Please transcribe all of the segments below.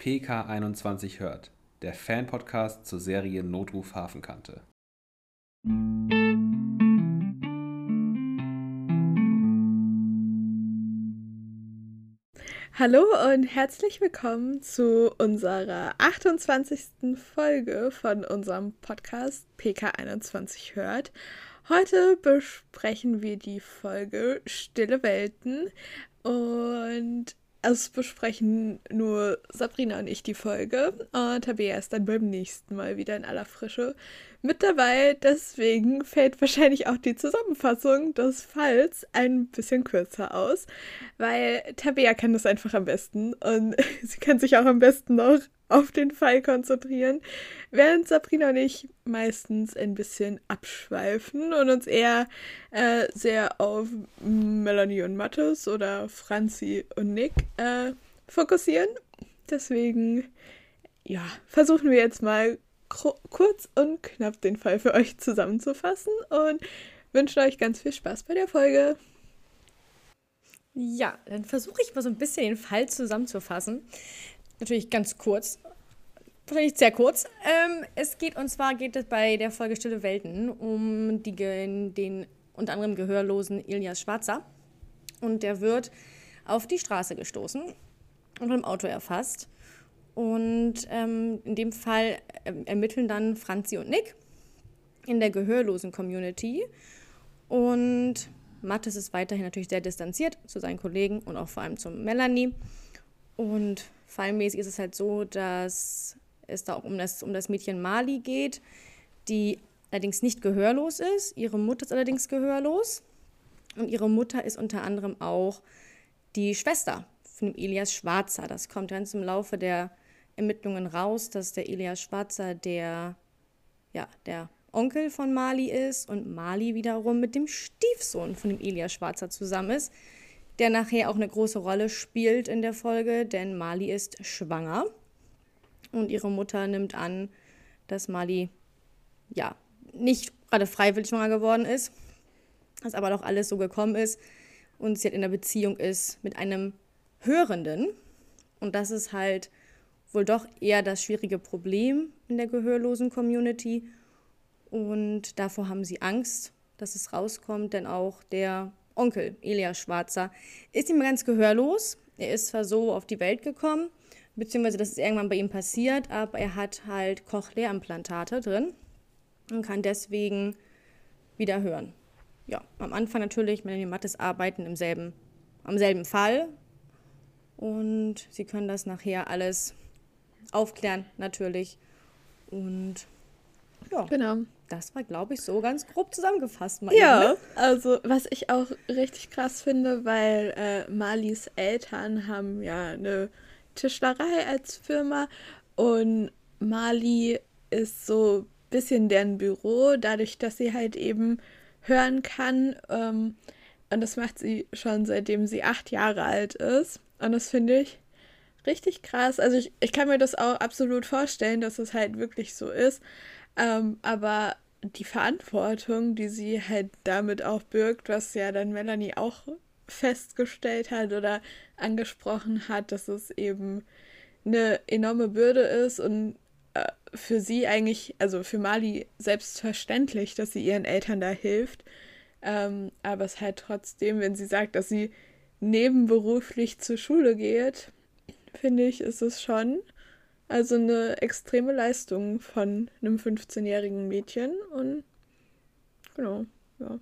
PK21 hört, der Fan-Podcast zur Serie Notruf Hafenkante. Hallo und herzlich willkommen zu unserer 28. Folge von unserem Podcast PK21 hört. Heute besprechen wir die Folge Stille Welten und es besprechen nur Sabrina und ich die Folge und Tabea ist dann beim nächsten Mal wieder in aller Frische mit dabei. Deswegen fällt wahrscheinlich auch die Zusammenfassung des Falls ein bisschen kürzer aus, weil Tabea kann das einfach am besten und sie kann sich auch am besten noch auf den Fall konzentrieren, während Sabrina und ich meistens ein bisschen abschweifen und uns eher sehr auf Melanie und Mathis oder Franzi und Nick fokussieren. Deswegen, ja, versuchen wir jetzt mal kurz und knapp den Fall für euch zusammenzufassen und wünschen euch ganz viel Spaß bei der Folge. Ja, dann versuche ich mal so ein bisschen den Fall zusammenzufassen. Natürlich ganz kurz, wahrscheinlich sehr kurz. Es geht bei der Folge Stille Welten um den unter anderem gehörlosen Ilias Schwarzer. Und der wird auf die Straße gestoßen und im Auto erfasst. Und in dem Fall ermitteln dann Franzi und Nick in der gehörlosen Community. Und Mathis ist weiterhin natürlich sehr distanziert zu seinen Kollegen und auch vor allem zu Melanie. Und fallmäßig ist es halt so, dass es da auch um das Mädchen Mali geht, die allerdings nicht gehörlos ist. Ihre Mutter ist allerdings gehörlos. Und ihre Mutter ist unter anderem auch die Schwester von dem Ilias Schwarzer. Das kommt ganz im Laufe der Ermittlungen raus, dass der Ilias Schwarzer der Onkel von Mali ist und Mali wiederum mit dem Stiefsohn von dem Ilias Schwarzer zusammen ist, der nachher auch eine große Rolle spielt in der Folge, denn Mali ist schwanger und ihre Mutter nimmt an, dass Mali nicht gerade freiwillig schwanger geworden ist, dass aber doch alles so gekommen ist und sie halt in einer Beziehung ist mit einem Hörenden. Und das ist halt wohl doch eher das schwierige Problem in der gehörlosen Community. Und davor haben sie Angst, dass es rauskommt, denn auch der Onkel, Ilias Schwarzer, ist nicht mehr ganz gehörlos. Er ist zwar so auf die Welt gekommen, beziehungsweise das ist irgendwann bei ihm passiert, aber er hat halt Cochlea-Implantate drin und kann deswegen wieder hören. Ja, am Anfang natürlich, Melanie und Mathis arbeiten am selben Fall und sie können das nachher alles aufklären, natürlich. Und ja, Genau. Das war, glaube ich, so ganz grob zusammengefasst. Ja, also was ich auch richtig krass finde, weil Malis Eltern haben ja eine Tischlerei als Firma und Mali ist so ein bisschen deren Büro, dadurch, dass sie halt eben hören kann. Und das macht sie schon seitdem sie 8 Jahre alt ist. Und das finde ich richtig krass. Also ich kann mir das auch absolut vorstellen, dass es halt wirklich so ist. Aber die Verantwortung, die sie halt damit auch birgt, was ja dann Melanie auch festgestellt hat oder angesprochen hat, dass es eben eine enorme Bürde ist und für sie eigentlich, also für Mali selbstverständlich, dass sie ihren Eltern da hilft. Aber es halt trotzdem, wenn sie sagt, dass sie nebenberuflich zur Schule geht, finde ich, ist es schon also eine extreme Leistung von einem 15-jährigen Mädchen und genau, ja.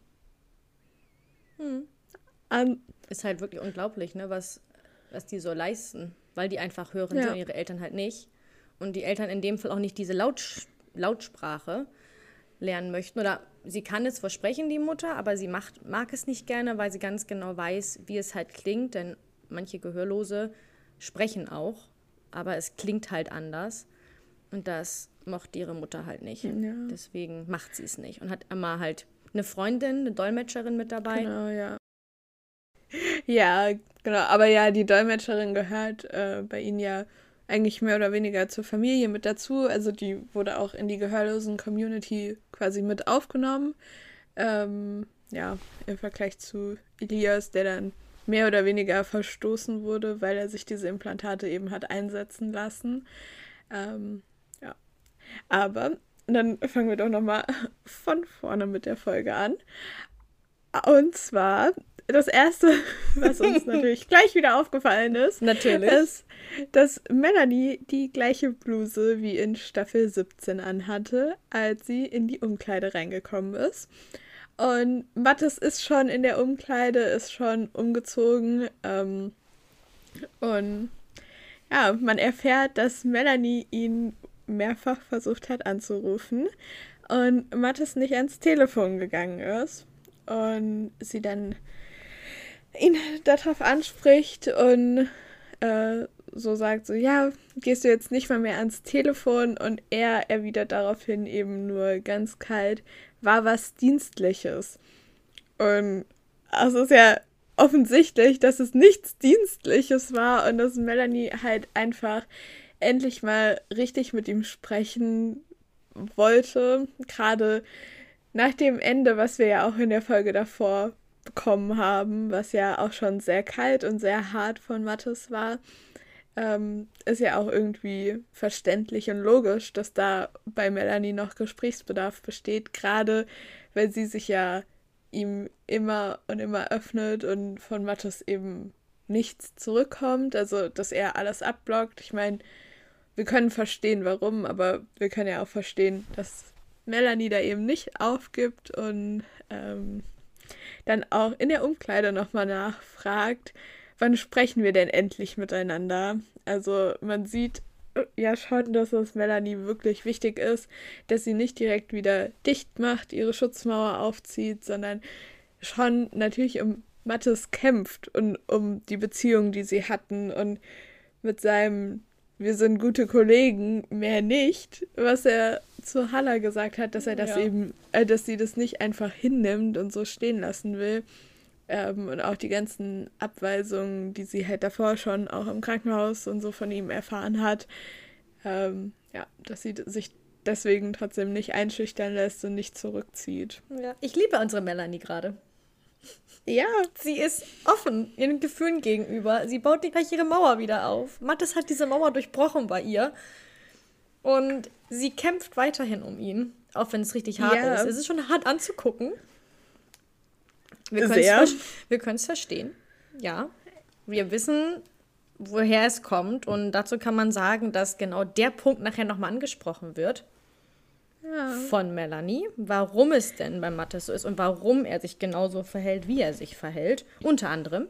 Ist halt wirklich unglaublich, ne, was die so leisten, weil die einfach hören sind und ihre Eltern halt nicht. Und die Eltern in dem Fall auch nicht diese Lautsprache lernen möchten. Oder sie kann es versprechen, die Mutter, aber sie mag es nicht gerne, weil sie ganz genau weiß, wie es halt klingt. Denn manche Gehörlose sprechen auch, aber es klingt halt anders. Und das mochte ihre Mutter halt nicht. Ja. Deswegen macht sie es nicht. Und hat immer halt eine Freundin, eine Dolmetscherin mit dabei. Genau, ja. Ja, genau. Aber ja, die Dolmetscherin gehört bei ihnen ja eigentlich mehr oder weniger zur Familie mit dazu. Also die wurde auch in die gehörlosen Community quasi mit aufgenommen. Ja, im Vergleich zu Elias, der dann mehr oder weniger verstoßen wurde, weil er sich diese Implantate eben hat einsetzen lassen. Ja. Aber dann fangen wir doch nochmal von vorne mit der Folge an. Und zwar, das Erste, was uns natürlich gleich wieder aufgefallen ist, ist, dass Melanie die gleiche Bluse wie in Staffel 17 anhatte, als sie in die Umkleide reingekommen ist. Und Mathis ist schon in der Umkleide, ist schon umgezogen. Und ja, man erfährt, dass Melanie ihn mehrfach versucht hat anzurufen und Mathis nicht ans Telefon gegangen ist. Und sie dann ihn darauf anspricht und so sagt so, ja, gehst du jetzt nicht mal mehr ans Telefon? Und er erwidert daraufhin eben nur ganz kalt, war was Dienstliches. Und es ist ja offensichtlich, dass es nichts Dienstliches war und dass Melanie halt einfach endlich mal richtig mit ihm sprechen wollte. Gerade nach dem Ende, was wir ja auch in der Folge davor bekommen haben, was ja auch schon sehr kalt und sehr hart von Mathis war, ist ja auch irgendwie verständlich und logisch, dass da bei Melanie noch Gesprächsbedarf besteht, gerade weil sie sich ja ihm immer und immer öffnet und von Mathis eben nichts zurückkommt, also dass er alles abblockt. Ich meine, wir können verstehen, warum, aber wir können ja auch verstehen, dass Melanie da eben nicht aufgibt und dann auch in der Umkleide nochmal nachfragt, wann sprechen wir denn endlich miteinander? Also man sieht ja schon, dass es Melanie wirklich wichtig ist, dass sie nicht direkt wieder dicht macht, ihre Schutzmauer aufzieht, sondern schon natürlich um Mathis kämpft und um die Beziehung, die sie hatten und mit seinem wir sind gute Kollegen, mehr nicht, was er zu Halla gesagt hat, dass er das eben, dass sie das nicht einfach hinnimmt und so stehen lassen will. Und auch die ganzen Abweisungen, die sie halt davor schon auch im Krankenhaus und so von ihm erfahren hat, dass sie sich deswegen trotzdem nicht einschüchtern lässt und nicht zurückzieht. Ja, ich liebe unsere Melanie gerade. Ja. Sie ist offen ihren Gefühlen gegenüber. Sie baut gleich ihre Mauer wieder auf. Mathis hat diese Mauer durchbrochen bei ihr. Und sie kämpft weiterhin um ihn. Auch wenn es richtig hart ist. Es ist schon hart anzugucken. Wir können es verstehen. Ja. Wir wissen, woher es kommt. Und dazu kann man sagen, dass genau der Punkt nachher nochmal angesprochen wird. Von Melanie, warum es denn bei Mathis so ist und warum er sich genauso verhält, wie er sich verhält, unter anderem.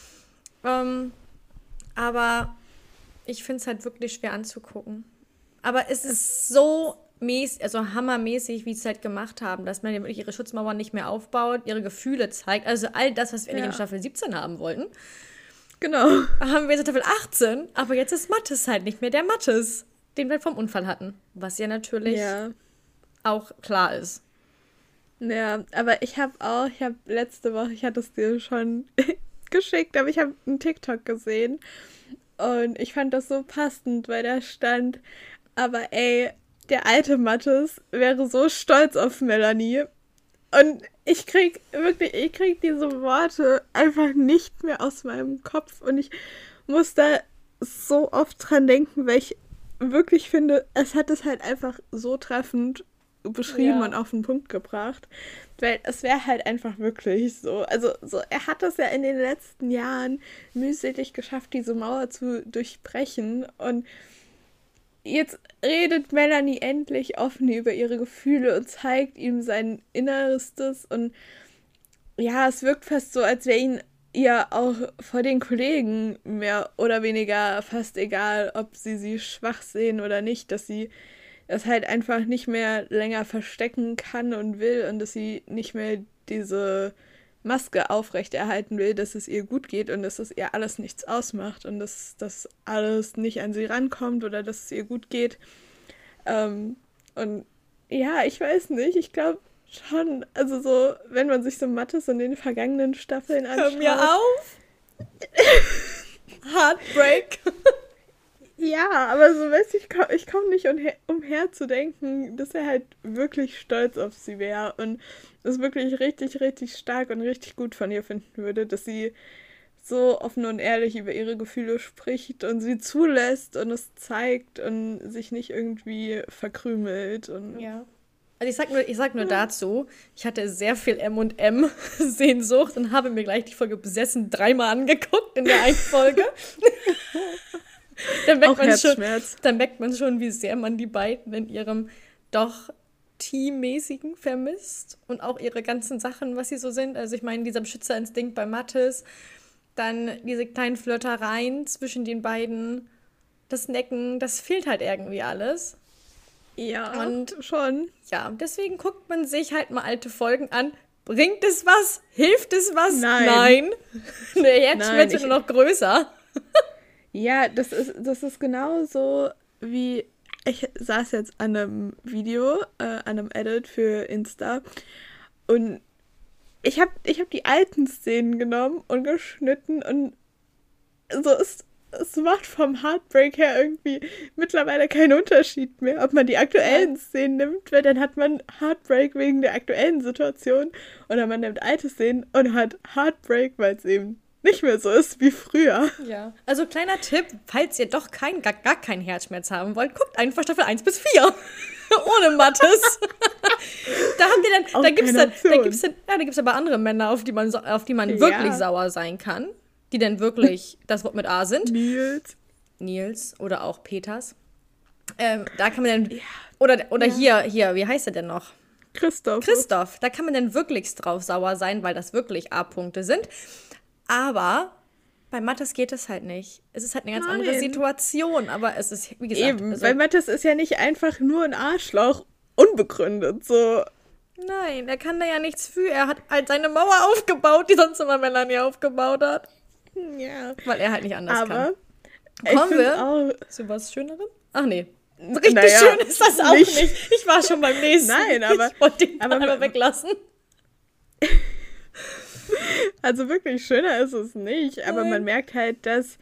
Aber ich finde es halt wirklich schwer anzugucken. Aber es ist so hammermäßig, wie sie es halt gemacht haben, dass man wirklich ihre Schutzmauer nicht mehr aufbaut, ihre Gefühle zeigt. Also all das, was wir eigentlich in Staffel 17 haben wollten. Genau. Haben wir in Staffel 18, aber jetzt ist Mathis halt nicht mehr der Mathis, den wir vom Unfall hatten. Was ja natürlich auch klar ist. Ja, aber ich habe letzte Woche, ich hatte es dir schon geschickt, aber ich habe einen TikTok gesehen und ich fand das so passend, weil da stand, aber ey, der alte Mathis wäre so stolz auf Melanie und ich krieg diese Worte einfach nicht mehr aus meinem Kopf und ich muss da so oft dran denken, weil ich wirklich finde, es hat es halt einfach so treffend beschrieben und auf den Punkt gebracht, weil es wäre halt einfach wirklich so, also so, er hat es ja in den letzten Jahren mühselig geschafft, diese Mauer zu durchbrechen und jetzt redet Melanie endlich offen über ihre Gefühle und zeigt ihm sein Innerstes und ja, es wirkt fast so, als wäre ihr auch vor den Kollegen mehr oder weniger fast egal, ob sie schwach sehen oder nicht, dass sie es halt einfach nicht mehr länger verstecken kann und will und dass sie nicht mehr diese Maske aufrechterhalten will, dass es ihr gut geht und dass es ihr alles nichts ausmacht und dass das alles nicht an sie rankommt oder dass es ihr gut geht. Und ja, ich weiß nicht, ich glaube schon, also so, wenn man sich so Mathis in den vergangenen Staffeln anschaut. Hör mir auf! Heartbreak! Ja, aber so, weißt du, ich komm nicht umher zu denken, dass er halt wirklich stolz auf sie wäre und es wirklich richtig, richtig stark und richtig gut von ihr finden würde, dass sie so offen und ehrlich über ihre Gefühle spricht und sie zulässt und es zeigt und sich nicht irgendwie verkrümelt. Und Ja. Also ich sag nur dazu, ich hatte sehr viel M&M-Sehnsucht und habe mir gleich die Folge Besessen 3-mal angeguckt in der einen Folge. Dann auch Herzschmerz. Dann merkt man schon, wie sehr man die beiden in ihrem doch teammäßigen vermisst und auch ihre ganzen Sachen, was sie so sind. Also ich meine, dieser Beschützerinstinkt bei Mathis, dann diese kleinen Flirtereien zwischen den beiden, das Necken, das fehlt halt irgendwie alles. Ja, Und schon. ja, deswegen guckt man sich halt mal alte Folgen an. Bringt es was? Hilft es was? Nein. Der Herzschmerz wird nur noch größer. Ja, das ist genauso wie, ich saß jetzt an einem Video, an einem Edit für Insta und ich hab die alten Szenen genommen und geschnitten und so es macht vom Heartbreak her irgendwie mittlerweile keinen Unterschied mehr, ob man die aktuellen Szenen nimmt, weil dann hat man Heartbreak wegen der aktuellen Situation oder man nimmt alte Szenen und hat Heartbreak, weil es eben nicht mehr so ist wie früher. Ja. Also kleiner Tipp, falls ihr doch gar keinen Herzschmerz haben wollt, guckt einfach Staffel 1 bis 4. Ohne Mathis. Da habt ihr dann, da gibt's aber andere Männer, auf die man wirklich sauer sein kann, die dann wirklich das Wort mit A sind. Nils oder auch Peters. Da kann man dann, oder hier, wie heißt er denn noch? Christoph, da kann man dann wirklich drauf sauer sein, weil das wirklich A-Punkte sind. Aber bei Mathis geht es halt nicht. Es ist halt eine ganz andere Situation, aber es ist, wie gesagt... Eben, weil Mathis ist ja nicht einfach nur ein Arschloch, unbegründet, so. Nein, er kann da ja nichts für. Er hat halt seine Mauer aufgebaut, die sonst immer Melanie aufgebaut hat. Ja. Weil er halt nicht anders kann. Aber Kommen wir zu was Schönerem? Ach nee. Richtig schön ist das auch nicht. Ich war schon beim nächsten. Nein, aber... Ich wollte den aber weglassen. Also wirklich schöner ist es nicht, aber man merkt halt, dass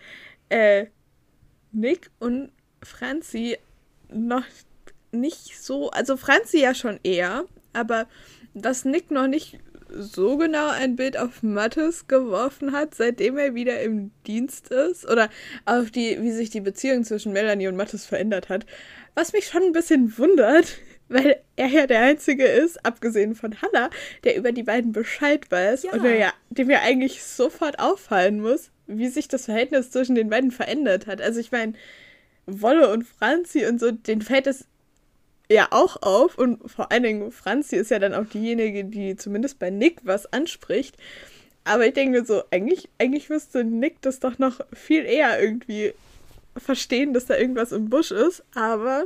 Nick und Franzi noch nicht so, also Franzi ja schon eher, aber dass Nick noch nicht so genau ein Bild auf Mathis geworfen hat, seitdem er wieder im Dienst ist, oder auf wie sich die Beziehung zwischen Melanie und Mathis verändert hat, was mich schon ein bisschen wundert, weil er ja der Einzige ist, abgesehen von Hannah, der über die beiden Bescheid weiß und dem ja eigentlich sofort auffallen muss, wie sich das Verhältnis zwischen den beiden verändert hat. Also ich meine, Wolle und Franzi und so, denen fällt es ja auch auf und vor allen Dingen Franzi ist ja dann auch diejenige, die zumindest bei Nick was anspricht. Aber ich denke mir so, eigentlich müsste Nick das doch noch viel eher irgendwie verstehen, dass da irgendwas im Busch ist, aber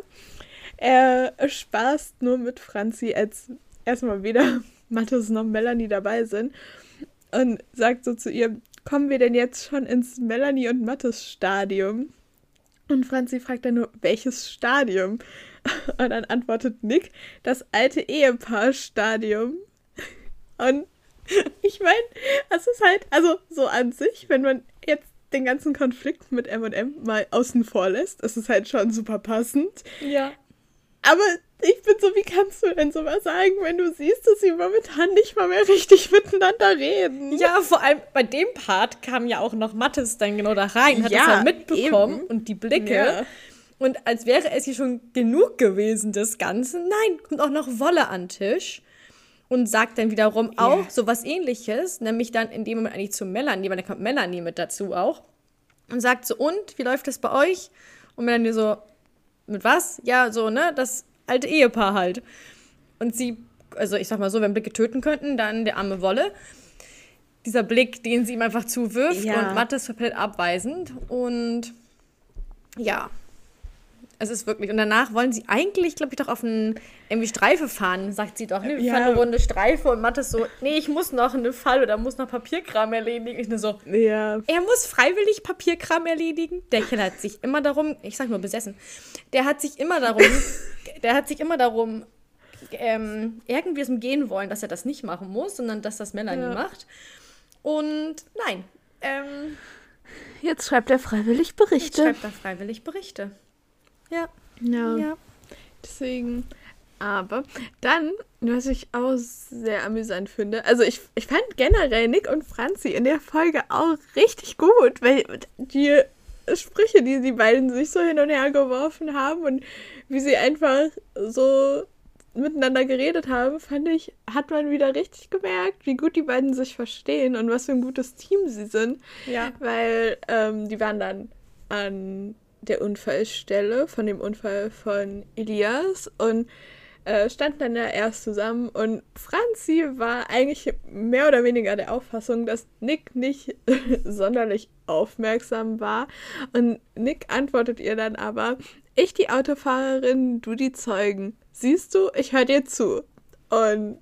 er spaßt nur mit Franzi, als erstmal weder Mathis noch Melanie dabei sind und sagt so zu ihr, kommen wir denn jetzt schon ins Melanie und Mathis Stadium? Und Franzi fragt dann nur, welches Stadium? Und dann antwortet Nick, das alte Ehepaar-Stadium. Und ich meine, das ist halt, also so an sich, wenn man jetzt den ganzen Konflikt mit M&M mal außen vor lässt, ist es halt schon super passend. Ja. Aber ich bin so, wie kannst du denn sowas sagen, wenn du siehst, dass sie momentan nicht mal mehr richtig miteinander reden? Ja, vor allem bei dem Part kam ja auch noch Mathis dann genau da rein, hat das halt mitbekommen eben. Und die Blicke. Ja. Und als wäre es hier schon genug gewesen, das Ganze. Nein, kommt auch noch Wolle an den Tisch und sagt dann wiederum auch so was Ähnliches, nämlich dann in dem Moment eigentlich zu Melanie, weil da kommt Melanie mit dazu auch und sagt so, und, wie läuft das bei euch? Und Melanie so, mit was? Ja, so, ne, das alte Ehepaar halt. Und sie, also ich sag mal so, wenn Blicke töten könnten, dann der arme Wolle. Dieser Blick, den sie ihm einfach zuwirft und Mathis komplett abweisend. Und ja, es ist wirklich, und danach wollen sie eigentlich, glaube ich, doch auf irgendwie Streife fahren, sagt sie doch, ne? Wir fahren eine Runde Streife und Mathis so, nee, ich muss noch eine Fall oder muss noch Papierkram erledigen. Ich nur so, er muss freiwillig Papierkram erledigen. Der Kerl hat sich immer darum, ich sag nur besessen, der hat sich immer darum irgendwie aus dem Gehen wollen, dass er das nicht machen muss, sondern dass das Melanie macht. Und nein. Jetzt schreibt er freiwillig Berichte. Ja. Ja. Deswegen. Aber dann, was ich auch sehr amüsant finde, also ich fand generell Nick und Franzi in der Folge auch richtig gut, weil die Sprüche, die die beiden sich so hin und her geworfen haben und wie sie einfach so miteinander geredet haben, fand ich, hat man wieder richtig gemerkt, wie gut die beiden sich verstehen und was für ein gutes Team sie sind. Ja. Weil die waren dann an der Unfallstelle von dem Unfall von Elias und standen dann da erst zusammen und Franzi war eigentlich mehr oder weniger der Auffassung, dass Nick nicht sonderlich aufmerksam war und Nick antwortet ihr dann aber, ich die Autofahrerin, du die Zeugen. Siehst du, ich höre dir zu. Und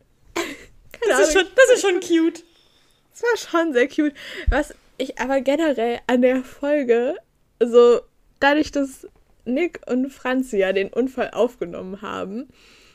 Das ist schon cute. das war schon sehr cute. Was ich aber generell an der Folge, so dadurch, dass Nick und Franzi ja den Unfall aufgenommen haben,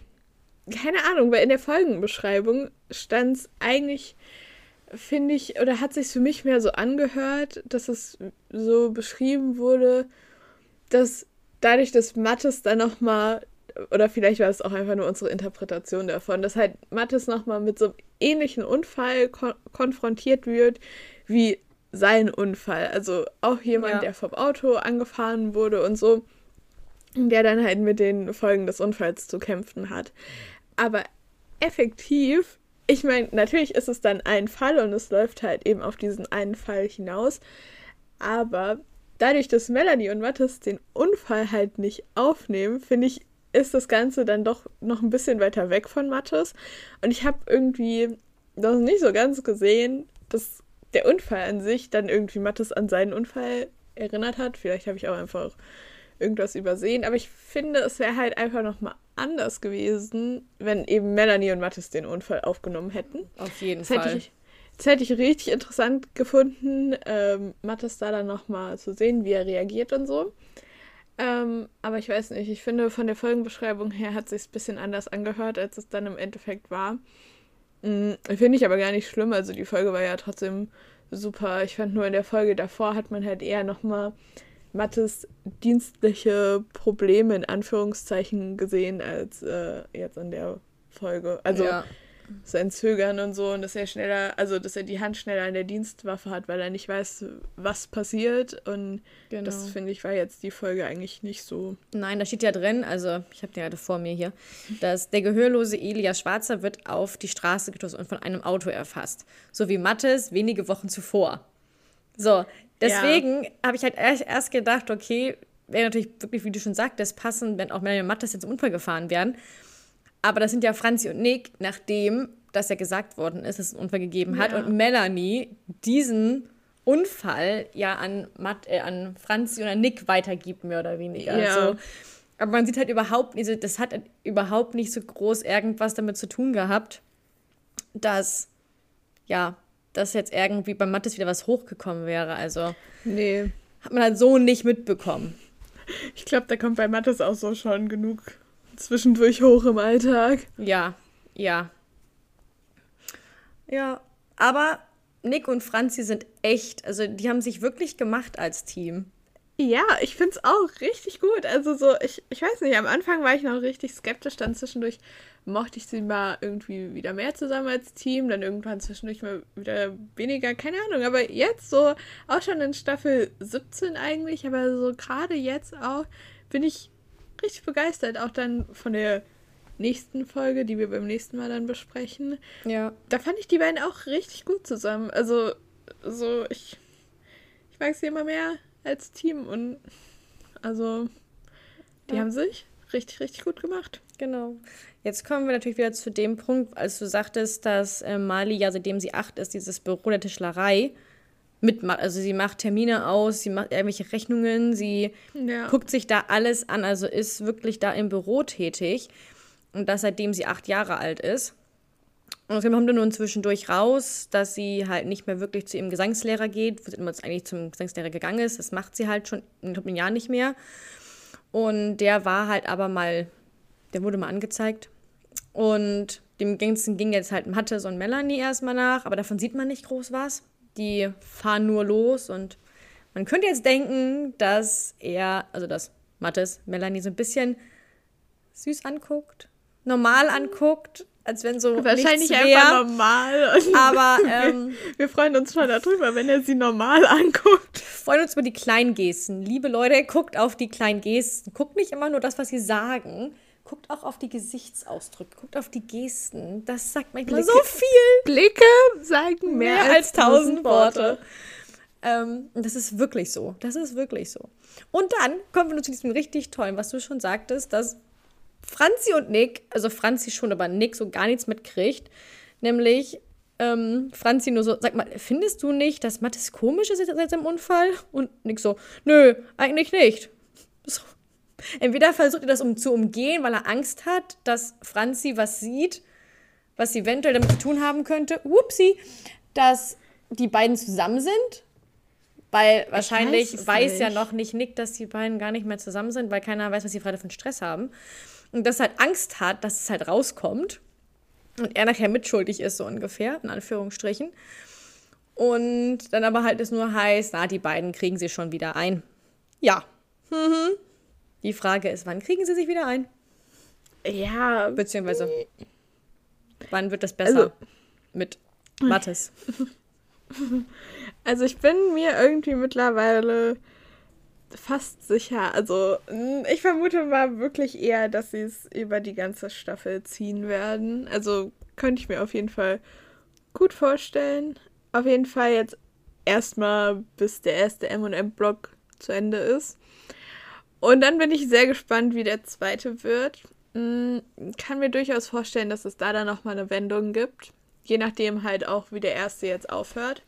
keine Ahnung, weil in der Folgenbeschreibung stand es eigentlich, finde ich, oder hat sich für mich mehr so angehört, dass es so beschrieben wurde, dass dadurch, dass Mathis dann nochmal, oder vielleicht war es auch einfach nur unsere Interpretation davon, dass halt Mathis nochmal mit so einem ähnlichen Unfall konfrontiert wird, wie sein Unfall. Also auch jemand, der vom Auto angefahren wurde und so, der dann halt mit den Folgen des Unfalls zu kämpfen hat. Aber effektiv, ich meine, natürlich ist es dann ein Fall und es läuft halt eben auf diesen einen Fall hinaus, aber dadurch, dass Melanie und Mathis den Unfall halt nicht aufnehmen, finde ich, ist das Ganze dann doch noch ein bisschen weiter weg von Mathis. Und ich habe irgendwie noch nicht so ganz gesehen, dass der Unfall an sich dann irgendwie Mathis an seinen Unfall erinnert hat. Vielleicht habe ich auch einfach irgendwas übersehen. Aber ich finde, es wäre halt einfach nochmal anders gewesen, wenn eben Melanie und Mathis den Unfall aufgenommen hätten. Auf jeden Fall. Das hätte ich richtig interessant gefunden, Mathis da dann nochmal zu sehen, wie er reagiert und so. Aber ich weiß nicht, ich finde, von der Folgenbeschreibung her hat es sich ein bisschen anders angehört, als es dann im Endeffekt war. Finde ich aber gar nicht schlimm, also die Folge war ja trotzdem super. Ich fand nur in der Folge davor hat man halt eher nochmal Mathis dienstliche Probleme in Anführungszeichen gesehen, als jetzt in der Folge. Also sein Zögern und so und dass er schneller, also dass er die Hand schneller an der Dienstwaffe hat, weil er nicht weiß, was passiert und das, finde ich, war jetzt die Folge eigentlich nicht so. Nein, da steht ja drin, also ich habe den gerade vor mir hier, dass der gehörlose Elias Schwarzer wird auf die Straße gestoßen und von einem Auto erfasst. So wie Mathis wenige Wochen zuvor. So, deswegen habe ich halt erst gedacht, okay, wäre natürlich wirklich, wie du schon sagtest, passend, wenn auch Melanie und Mathis jetzt im Unfall gefahren wären. Aber das sind ja Franzi und Nick, nachdem das ja gesagt worden ist, dass es einen Unfall gegeben hat und Melanie diesen Unfall ja an Franzi und an Nick weitergibt, mehr oder weniger. Ja. So. Aber man sieht halt überhaupt nicht, also das hat überhaupt nicht so groß irgendwas damit zu tun gehabt, dass jetzt irgendwie bei Mathis wieder was hochgekommen wäre. Also nee, hat man halt so nicht mitbekommen. Ich glaube, da kommt bei Mathis auch so schon genug zwischendurch hoch im Alltag. Ja, aber Nick und Franzi sind echt, also die haben sich wirklich gemacht als Team. Ja, ich finde es auch richtig gut. Also so, ich weiß nicht, am Anfang war ich noch richtig skeptisch, dann zwischendurch mochte ich sie mal irgendwie wieder mehr zusammen als Team, dann irgendwann zwischendurch mal wieder weniger, keine Ahnung. Aber jetzt so, auch schon in Staffel 17 eigentlich, aber so gerade jetzt auch, bin ich richtig begeistert, auch dann von der nächsten Folge, die wir beim nächsten Mal dann besprechen. Ja. Da fand ich die beiden auch richtig gut zusammen. Also, so, ich mag sie immer mehr als Team und also, die haben sich richtig, richtig gut gemacht. Genau. Jetzt kommen wir natürlich wieder zu dem Punkt, als du sagtest, dass Marley, ja, seitdem sie 8 ist, dieses Büro der Tischlerei mitmacht. Also sie macht Termine aus, sie macht irgendwelche Rechnungen, sie guckt sich da alles an, also ist wirklich da im Büro tätig. Und das seitdem sie 8 Jahre alt ist. Und es kommt dann nun zwischendurch raus, dass sie halt nicht mehr wirklich zu ihrem Gesangslehrer geht, wo sie immer eigentlich zum Gesangslehrer gegangen ist. Das macht sie halt schon in ein Jahr nicht mehr. Und der war halt aber mal, der wurde mal angezeigt. Und dem Ganzen ging jetzt halt Mathis und Melanie erstmal nach, aber davon sieht man nicht groß was. Die fahren nur los und man könnte jetzt denken, dass Mathis Melanie so ein bisschen süß anguckt, normal anguckt, als wenn so Wahrscheinlich nichts einfach wär. normal. Aber Wir freuen uns schon darüber, wenn er sie normal anguckt. freuen uns über die kleinen Gesten. Liebe Leute, guckt auf die kleinen Gesten. Guckt nicht immer nur das, was sie sagen. Guckt auch auf die Gesichtsausdrücke. Guckt auf die Gesten. Das sagt manchmal so viel. Blicke sagen mehr als 1000 Worte. Und das ist wirklich so. Das ist wirklich so. Und dann kommen wir zu diesem richtig tollen, was du schon sagtest, dass Franzi und Nick, also Franzi schon, aber Nick so gar nichts mitkriegt. Nämlich Franzi nur so, sag mal, findest du nicht, dass Mathis komisch ist seit seinem Unfall? Und Nick so, nö, eigentlich nicht. So. Entweder versucht er das zu umgehen, weil er Angst hat, dass Franzi was sieht, was sie eventuell damit zu tun haben könnte. Upsi, dass die beiden zusammen sind. Weil wahrscheinlich weiß ja noch nicht Nick, dass die beiden gar nicht mehr zusammen sind, weil keiner weiß, was sie gerade für einen Stress haben. Und dass er halt Angst hat, dass es halt rauskommt. Und er nachher mitschuldig ist, so ungefähr, in Anführungsstrichen. Und dann aber halt es nur heißt, na, die beiden kriegen sie schon wieder ein. Ja. Die Frage ist, wann kriegen sie sich wieder ein? Ja. Beziehungsweise, wann wird das besser mit Mathis? Also ich bin mir irgendwie mittlerweile fast sicher. Also ich vermute mal wirklich eher, dass sie es über die ganze Staffel ziehen werden. Also könnte ich mir auf jeden Fall gut vorstellen. Auf jeden Fall jetzt erstmal, bis der erste M&M-Block zu Ende ist. Und dann bin ich sehr gespannt, wie der zweite wird. Kann mir durchaus vorstellen, dass es da dann nochmal eine Wendung gibt. Je nachdem halt auch, wie der erste jetzt aufhört.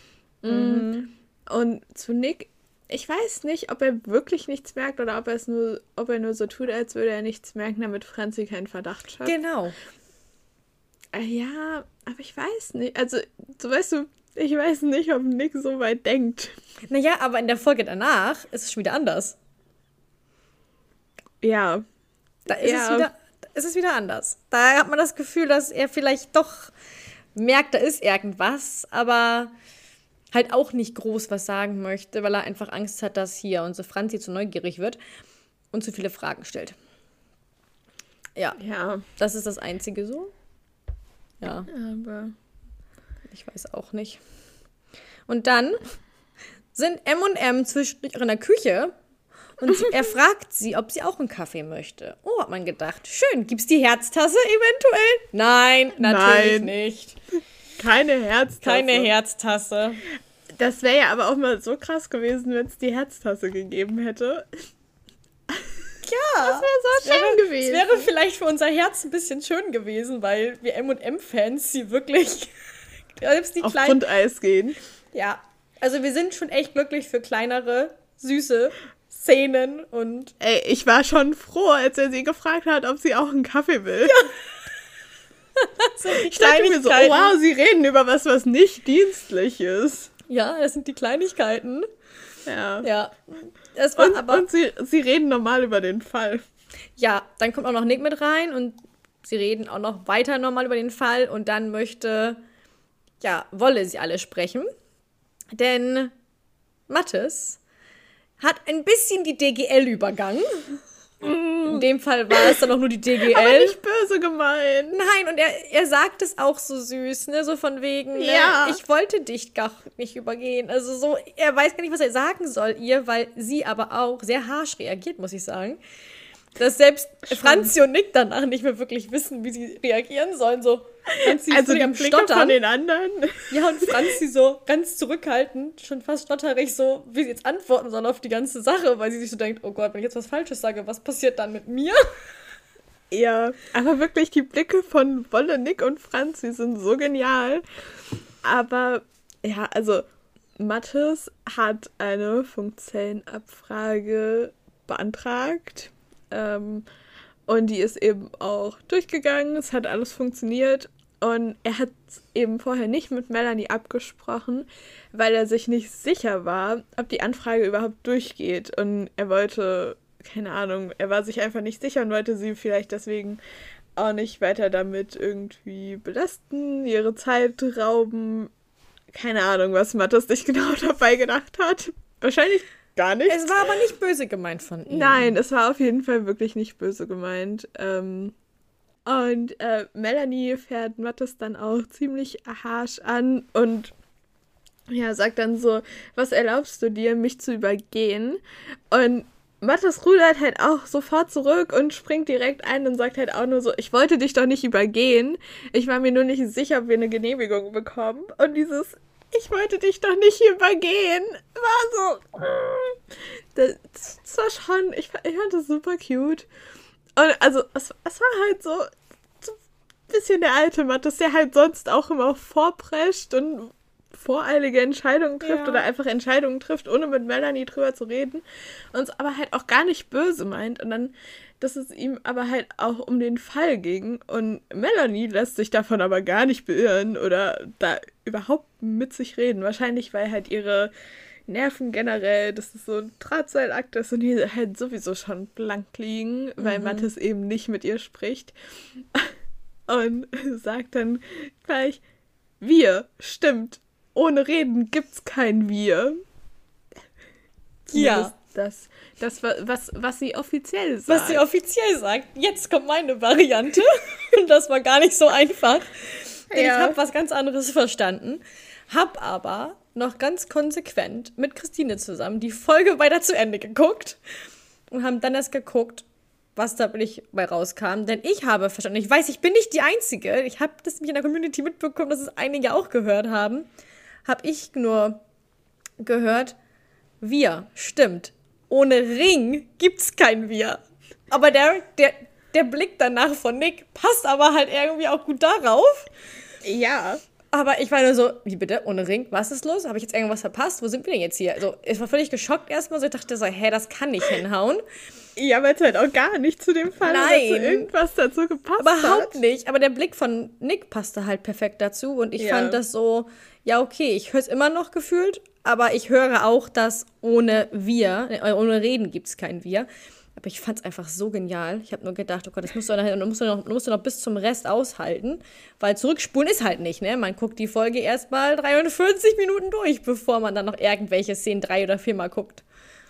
Und zu Nick, ich weiß nicht, ob er wirklich nichts merkt oder ob er nur so tut, als würde er nichts merken, damit Franzi keinen Verdacht hat. Genau. Ja, aber ich weiß nicht. Also, so weißt du, ich weiß nicht, ob Nick so weit denkt. Naja, aber in der Folge danach ist es schon wieder anders. Ja. Da ist es wieder anders. Da hat man das Gefühl, dass er vielleicht doch merkt, da ist irgendwas, aber halt auch nicht groß was sagen möchte, weil er einfach Angst hat, dass hier unsere Franzi zu neugierig wird und zu viele Fragen stellt. Ja, das ist das Einzige so. Ja, Aber ich weiß auch nicht. Und dann sind M&M zwischendurch in der Küche und er fragt sie, ob sie auch einen Kaffee möchte. Oh, hat man gedacht. Schön, gibt's die Herztasse eventuell? Nein, natürlich nicht. keine Herztasse. Keine Herztasse. Das wäre ja aber auch mal so krass gewesen, wenn es die Herztasse gegeben hätte. Ja, Das wäre so schön gewesen. Es wäre vielleicht für unser Herz ein bisschen schön gewesen, weil wir M&M-Fans sie wirklich selbst die auf kleinen... Grundeis gehen. Ja, also wir sind schon echt glücklich für kleinere, süße Szenen und... Ey, ich war schon froh, als er sie gefragt hat, ob sie auch einen Kaffee will. Ja. So ich dachte mir so, oh wow, sie reden über was nicht dienstlich ist. Ja, das sind die Kleinigkeiten. Ja. Das war und sie reden normal über den Fall. Ja, dann kommt auch noch Nick mit rein und sie reden auch noch weiter normal über den Fall und dann wolle sie alle sprechen. Denn Mathis hat ein bisschen die DGL übergangen. In dem Fall war es dann auch nur die DGL. Aber nicht böse gemeint. Nein, und er sagt es auch so süß, ne, so von wegen, ne, ich wollte dich gar nicht übergehen. Also so, er weiß gar nicht, was er sagen soll ihr, weil sie aber auch sehr harsch reagiert, muss ich sagen. Dass selbst Franzi und Nick danach nicht mehr wirklich wissen, wie sie reagieren sollen. So, Franzi also die am Blicke Stottern. von den anderen. Ja, und Franzi so ganz zurückhaltend, schon fast stotterig so, wie sie jetzt antworten soll auf die ganze Sache, weil sie sich so denkt, oh Gott, wenn ich jetzt was Falsches sage, was passiert dann mit mir? Ja, aber wirklich die Blicke von Wolle, Nick und Franzi sind so genial. Aber ja, also Mathis hat eine Funkzellenabfrage beantragt. Und die ist eben auch durchgegangen. Es hat alles funktioniert. Und er hat eben vorher nicht mit Melanie abgesprochen, weil er sich nicht sicher war, ob die Anfrage überhaupt durchgeht. Und er wollte, keine Ahnung, er war sich einfach nicht sicher und wollte sie vielleicht deswegen auch nicht weiter damit irgendwie belasten, ihre Zeit rauben. Keine Ahnung, was Mathis sich genau dabei gedacht hat. Wahrscheinlich gar nicht. Es war aber nicht böse gemeint von ihm. Nein, es war auf jeden Fall wirklich nicht böse gemeint. Und Melanie fährt Mathis dann auch ziemlich harsch an und ja, sagt dann so, was erlaubst du dir, mich zu übergehen? Und Mathis rudert halt auch sofort zurück und springt direkt ein und sagt halt auch nur so, ich wollte dich doch nicht übergehen. Ich war mir nur nicht sicher, ob wir eine Genehmigung bekommen. Und dieses, ich wollte dich doch nicht übergehen, war so, das war schon, ich fand das super cute. Und also, es war halt so ein bisschen der alte Mathis, der halt sonst auch immer vorprescht und voreilige Entscheidungen trifft oder einfach Entscheidungen trifft, ohne mit Melanie drüber zu reden und es aber halt auch gar nicht böse meint und dann, dass es ihm aber halt auch um den Fall ging und Melanie lässt sich davon aber gar nicht beirren oder da überhaupt mit sich reden. Wahrscheinlich, weil halt ihre Nerven generell, dass es so ein Drahtseilakt ist und die halt sowieso schon blank liegen, weil Mathis eben nicht mit ihr spricht und sagt dann gleich, wir, stimmt. Ohne Reden gibt's kein Wir. Ja. Das was sie offiziell sagt. Was sie offiziell sagt. Jetzt kommt meine Variante. Und das war gar nicht so einfach. Denn ich habe was ganz anderes verstanden. Hab aber noch ganz konsequent mit Christine zusammen die Folge weiter zu Ende geguckt. Und haben dann erst geguckt, was da wirklich bei rauskam. Denn ich habe verstanden, ich weiß, ich bin nicht die Einzige. Ich habe das mich in der Community mitbekommen, dass es einige auch gehört haben. Habe ich nur gehört, wir, stimmt. Ohne Ring gibt's kein Wir. Aber der Blick danach von Nick passt aber halt irgendwie auch gut darauf. Ja. Aber ich war nur so, wie bitte, ohne Ring, was ist los? Habe ich jetzt irgendwas verpasst? Wo sind wir denn jetzt hier? Also, ich war völlig geschockt erstmal so. Ich dachte so, das kann nicht hinhauen. Ja, weil es halt auch gar nicht zu dem Fall hat, irgendwas dazu gepasst Überhaupt nicht. Aber der Blick von Nick passte halt perfekt dazu. Und ich fand das so, ja okay, ich höre es immer noch gefühlt, aber ich höre auch, dass ohne Reden gibt es kein Wir. Aber ich fand es einfach so genial. Ich habe nur gedacht, oh Gott, das musst du noch bis zum Rest aushalten. Weil zurückspulen ist halt nicht, ne? Man guckt die Folge erst mal 43 Minuten durch, bevor man dann noch irgendwelche Szenen 3 oder 4 Mal guckt.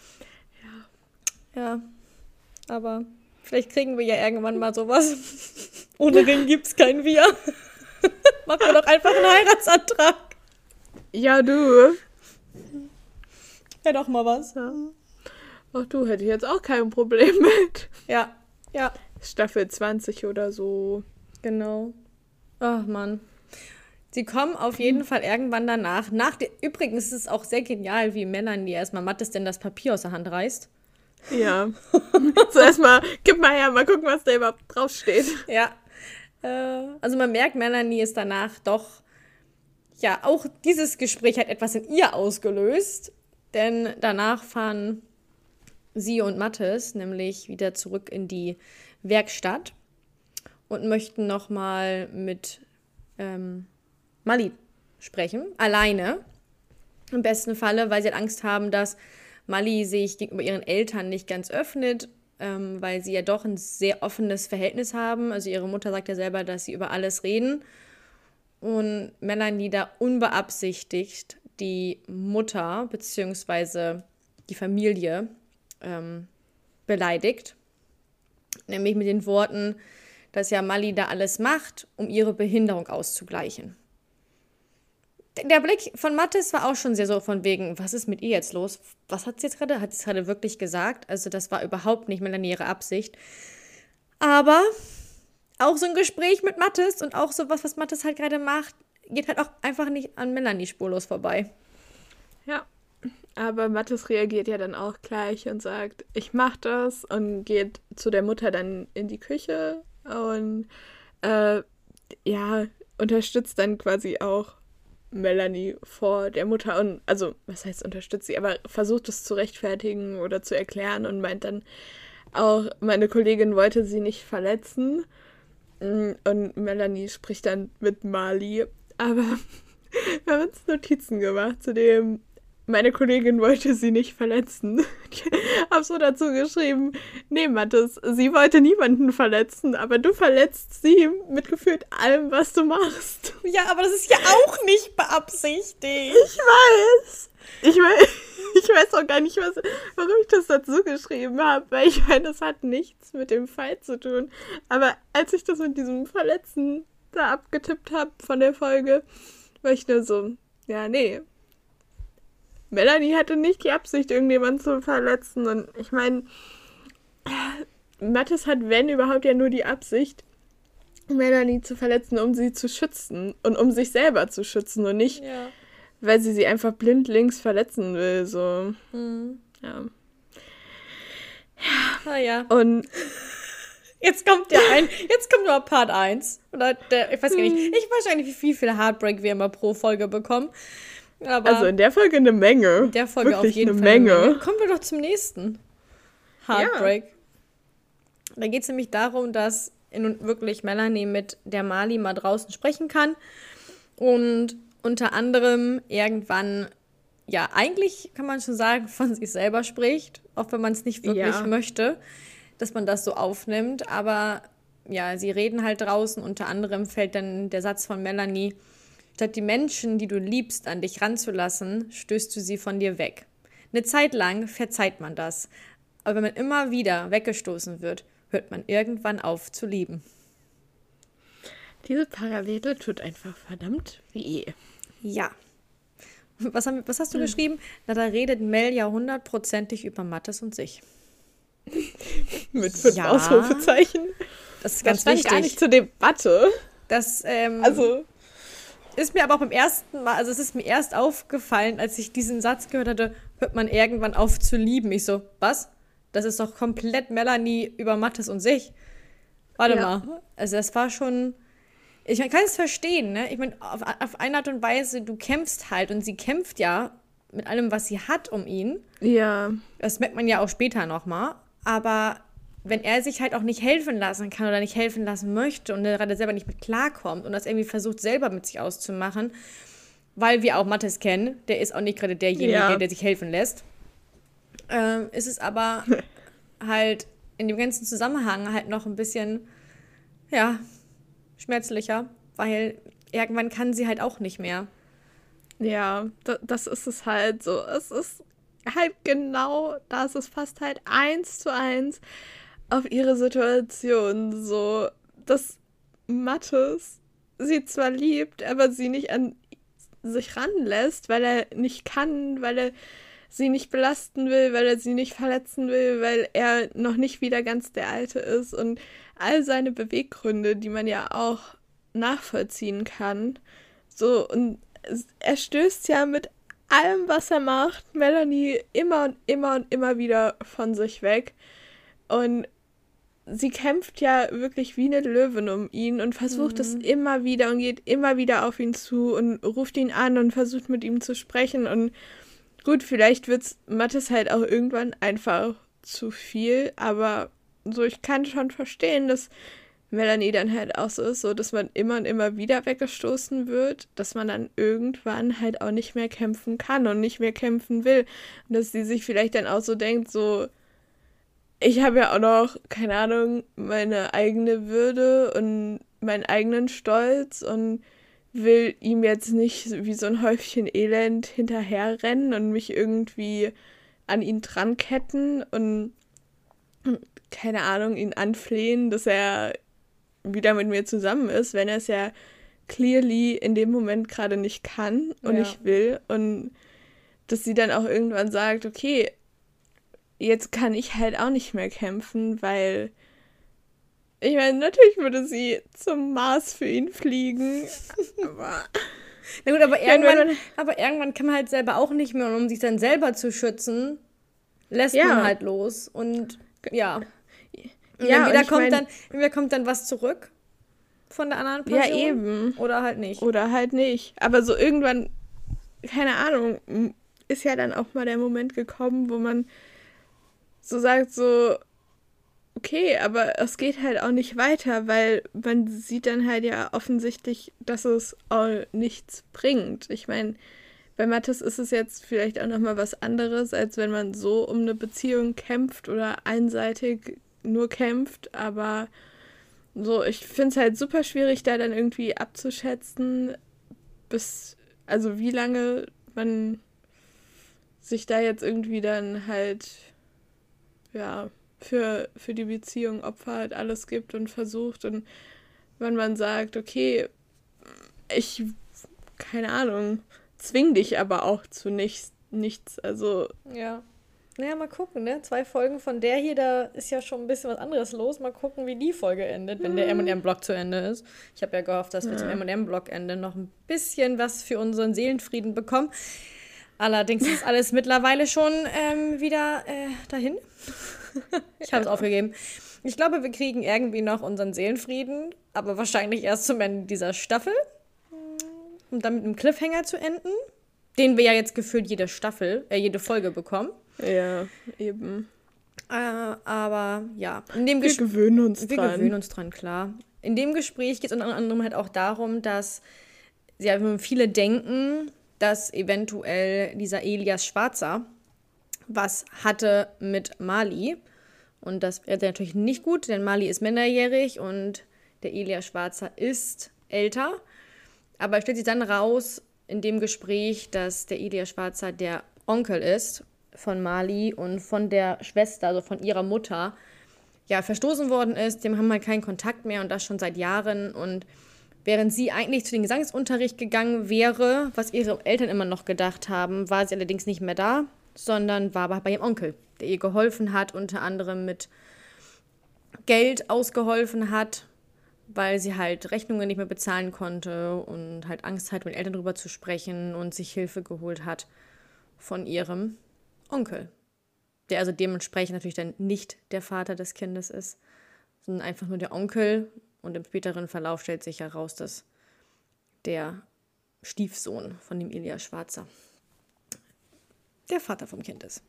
Ja, aber vielleicht kriegen wir ja irgendwann mal sowas. Ohne Ring gibt's kein Wir. Machen wir doch einfach einen Heiratsantrag. Ja, du. Wäre doch mal was. Ja. Ach du, hätte ich jetzt auch kein Problem mit. Ja. Staffel 20 oder so. Genau. Ach Mann. Sie kommen auf jeden Fall irgendwann danach. Übrigens ist es auch sehr genial, wie Melanie erstmal Mathis denn das Papier aus der Hand reißt. Ja. Zuerst mal, gib mal her, mal gucken, was da überhaupt draufsteht. Ja. Also man merkt, Melanie ist danach doch, ja, auch dieses Gespräch hat etwas in ihr ausgelöst. Denn danach fahren sie und Mathis nämlich wieder zurück in die Werkstatt und möchten nochmal mit Mali sprechen, alleine. Im besten Falle, weil sie halt Angst haben, dass Mali sich gegenüber ihren Eltern nicht ganz öffnet, weil sie ja doch ein sehr offenes Verhältnis haben. Also ihre Mutter sagt ja selber, dass sie über alles reden. Und Melanie da unbeabsichtigt die Mutter bzw. die Familie beleidigt. Nämlich mit den Worten, dass ja Mali da alles macht, um ihre Behinderung auszugleichen. Der Blick von Mathis war auch schon sehr so von wegen, was ist mit ihr jetzt los? Was hat sie jetzt gerade? Hat sie es gerade wirklich gesagt? Also das war überhaupt nicht Melanie ihre Absicht. Aber auch so ein Gespräch mit Mathis und auch so was Mathis halt gerade macht, geht halt auch einfach nicht an Melanie spurlos vorbei. Ja, aber Mathis reagiert ja dann auch gleich und sagt, ich mach das und geht zu der Mutter dann in die Küche und unterstützt dann quasi auch Melanie vor der Mutter und, also, was heißt unterstützt sie, aber versucht es zu rechtfertigen oder zu erklären und meint dann auch, meine Kollegin wollte sie nicht verletzen und Melanie spricht dann mit Mali, aber wir haben uns Notizen gemacht zu dem, meine Kollegin wollte sie nicht verletzen. Ich habe so dazu geschrieben, nee, Mathis, sie wollte niemanden verletzen, aber du verletzt sie mit gefühlt allem, was du machst. Ja, aber das ist ja auch nicht beabsichtigt. Ich weiß. Ich weiß auch gar nicht, warum ich das dazu geschrieben habe, weil ich meine, das hat nichts mit dem Fall zu tun. Aber als ich das mit diesem Verletzen da abgetippt habe von der Folge, war ich nur so, ja, nee. Melanie hatte nicht die Absicht, irgendjemanden zu verletzen. Und ich meine, Mathis hat, wenn überhaupt, ja nur die Absicht, Melanie zu verletzen, um sie zu schützen und um sich selber zu schützen und nicht, weil sie einfach blindlings verletzen will. So. Ja. Naja. Und Jetzt kommt nur Part 1. Oder ich weiß gar nicht. Ich weiß gar nicht, wie viel Heartbreak wir immer pro Folge bekommen. Aber also in der Folge eine Menge. in der Folge Wirklich auf jeden eine Fall Menge. Kommen wir doch zum nächsten Heartbreak. Da geht es nämlich darum, dass nun wirklich Melanie mit der Marley mal draußen sprechen kann. Und unter anderem irgendwann, ja, eigentlich kann man schon sagen, von sich selber spricht. Auch wenn man es nicht wirklich möchte, dass man das so aufnimmt. Aber ja, sie reden halt draußen. Unter anderem fällt dann der Satz von Melanie: Statt die Menschen, die du liebst, an dich ranzulassen, stößt du sie von dir weg. Eine Zeit lang verzeiht man das. Aber wenn man immer wieder weggestoßen wird, hört man irgendwann auf zu lieben. Diese Parallele tut einfach verdammt weh. Ja. Was hast du geschrieben? Na, da redet Mel ja 100%ig über Mathis und sich. Mit 5 Ausrufezeichen. Das ist ganz stand wichtig. gar nicht zur Debatte. Das Also, ist mir aber auch beim ersten Mal, also es ist mir erst aufgefallen, als ich diesen Satz gehört hatte, hört man irgendwann auf zu lieben. Ich so, was? Das ist doch komplett Melanie über Mathis und sich. Warte mal. Also das war schon... Ich kann es verstehen, ne? Ich meine, auf eine Art und Weise, du kämpfst halt und sie kämpft ja mit allem, was sie hat, um ihn. ja. Das merkt man ja auch später nochmal. Aber wenn er sich halt auch nicht helfen lassen kann oder nicht helfen lassen möchte und er gerade selber nicht mit klarkommt und das irgendwie versucht, selber mit sich auszumachen, weil wir auch Mathis kennen, der ist auch nicht gerade derjenige, der sich helfen lässt, ist es aber halt in dem ganzen Zusammenhang halt noch ein bisschen, ja, schmerzlicher, weil irgendwann kann sie halt auch nicht mehr. Ja, das ist es halt so. Es ist halt genau das. Es passt halt 1:1 auf ihre Situation so, dass Mathis sie zwar liebt, aber sie nicht an sich ranlässt, weil er nicht kann, weil er sie nicht belasten will, weil er sie nicht verletzen will, weil er noch nicht wieder ganz der Alte ist und all seine Beweggründe, die man ja auch nachvollziehen kann. So, und er stößt ja mit allem, was er macht, Melanie immer und immer und immer wieder von sich weg. Und sie kämpft ja wirklich wie eine Löwin um ihn und versucht es immer wieder und geht immer wieder auf ihn zu und ruft ihn an und versucht mit ihm zu sprechen. Und gut, vielleicht wird's Mathis halt auch irgendwann einfach zu viel, aber so, ich kann schon verstehen, dass Melanie dann halt auch so ist, so dass man immer und immer wieder weggestoßen wird, dass man dann irgendwann halt auch nicht mehr kämpfen kann und nicht mehr kämpfen will. Und dass sie sich vielleicht dann auch so denkt, so, ich habe ja auch noch, keine Ahnung, meine eigene Würde und meinen eigenen Stolz und will ihm jetzt nicht wie so ein Häufchen Elend hinterherrennen und mich irgendwie an ihn dran ketten und, keine Ahnung, ihn anflehen, dass er wieder mit mir zusammen ist, wenn er es ja clearly in dem Moment gerade nicht kann und nicht will. Und dass sie dann auch irgendwann sagt, okay, jetzt kann ich halt auch nicht mehr kämpfen, weil ich meine, natürlich würde sie zum Mars für ihn fliegen. Aber na gut, aber irgendwann kann man halt selber auch nicht mehr, und um sich dann selber zu schützen, lässt man halt los. Und ja. Und entweder kommt dann was zurück von der anderen Person. Ja, eben. Oder halt nicht. Oder halt nicht. Aber so irgendwann, keine Ahnung, ist ja dann auch mal der Moment gekommen, wo man so sagt, so, okay, aber es geht halt auch nicht weiter, weil man sieht dann halt ja offensichtlich, dass es auch nichts bringt. Ich meine, bei Mathis ist es jetzt vielleicht auch nochmal was anderes, als wenn man so um eine Beziehung kämpft oder einseitig nur kämpft, aber so, ich finde es halt super schwierig, da dann irgendwie abzuschätzen, also wie lange man sich da jetzt irgendwie dann halt, ja, für die Beziehung opfert, alles gibt und versucht. Und wenn man sagt, okay, ich, keine Ahnung, zwing dich aber auch zu nichts. Also, Ja. Naja, mal gucken, ne? 2 Folgen von der hier, da ist ja schon ein bisschen was anderes los. Mal gucken, wie die Folge endet, wenn der M&M-Block zu Ende ist. Ich habe ja gehofft, dass wir zum M&M-Block-Ende noch ein bisschen was für unseren Seelenfrieden bekommen. Allerdings ist alles mittlerweile schon wieder dahin. Ich habe es aufgegeben. Ich glaube, wir kriegen irgendwie noch unseren Seelenfrieden, aber wahrscheinlich erst zum Ende dieser Staffel. Um dann mit einem Cliffhanger zu enden, den wir ja jetzt gefühlt jede Folge bekommen. ja, eben. Aber ja, Wir gewöhnen uns wir dran. gewöhnen uns dran, klar. In dem Gespräch geht es unter anderem halt auch darum, dass ja, viele denken, dass eventuell dieser Elias Schwarzer was hatte mit Mali. Und das wäre natürlich nicht gut, denn Mali ist minderjährig und der Elias Schwarzer ist älter. Aber es stellt sich dann raus in dem Gespräch, dass der Elias Schwarzer der Onkel ist von Mali und von der Schwester, also von ihrer Mutter, ja, verstoßen worden ist. Dem haben halt keinen Kontakt mehr und das schon seit Jahren. Und während sie eigentlich zu dem Gesangsunterricht gegangen wäre, was ihre Eltern immer noch gedacht haben, war sie allerdings nicht mehr da, sondern war bei ihrem Onkel, der ihr geholfen hat, unter anderem mit Geld ausgeholfen hat, weil sie halt Rechnungen nicht mehr bezahlen konnte und halt Angst hatte, mit Eltern drüber zu sprechen und sich Hilfe geholt hat von ihrem Onkel, der also dementsprechend natürlich dann nicht der Vater des Kindes ist, sondern einfach nur der Onkel. Und im späteren Verlauf stellt sich heraus, dass der Stiefsohn von dem Elias Schwarzer der Vater vom Kind ist.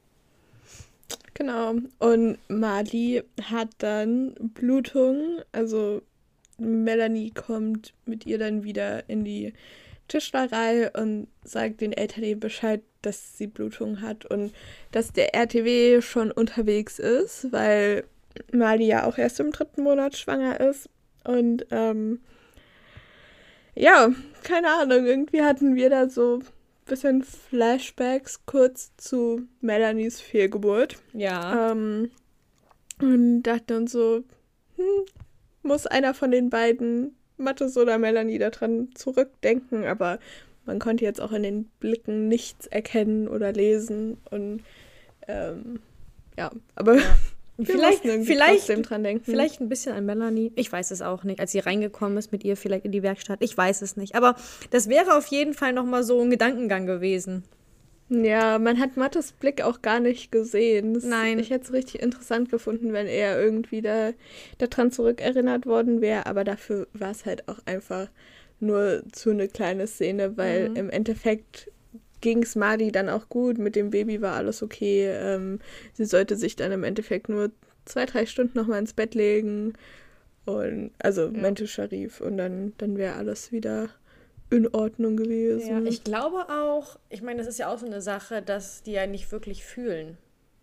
Genau. Und Mali hat dann Blutung. Also Melanie kommt mit ihr dann wieder in die Tischlerei und sagt den Eltern eben Bescheid, dass sie Blutung hat und dass der RTW schon unterwegs ist, weil Mali ja auch erst im 3. Monat schwanger ist. Und ja, keine Ahnung, irgendwie hatten wir da so ein bisschen Flashbacks kurz zu Melanies Fehlgeburt. Ja. Und dachte uns so, muss einer von den beiden, Mathis oder Melanie, daran zurückdenken. Aber man konnte jetzt auch in den Blicken nichts erkennen oder lesen. Und ja, aber wir mussten irgendwie trotzdem dran denken. Vielleicht ein bisschen an Melanie. Ich weiß es auch nicht. Als sie reingekommen ist mit ihr vielleicht in die Werkstatt. Ich weiß es nicht. Aber das wäre auf jeden Fall nochmal so ein Gedankengang gewesen. Ja, man hat Mathis Blick auch gar nicht gesehen. Nein. Ich hätte es richtig interessant gefunden, wenn er irgendwie daran zurückerinnert worden wäre. Aber dafür war es halt auch einfach nur zu eine kleine Szene, weil im Endeffekt ging es Mali dann auch gut. Mit dem Baby war alles okay. Sie sollte sich dann im Endeffekt nur 2-3 Stunden nochmal ins Bett legen. Und also meinte Sharif. Und dann wäre alles wieder in Ordnung gewesen. Ja, ich glaube auch, ich meine, das ist ja auch so eine Sache, dass die ja nicht wirklich fühlen.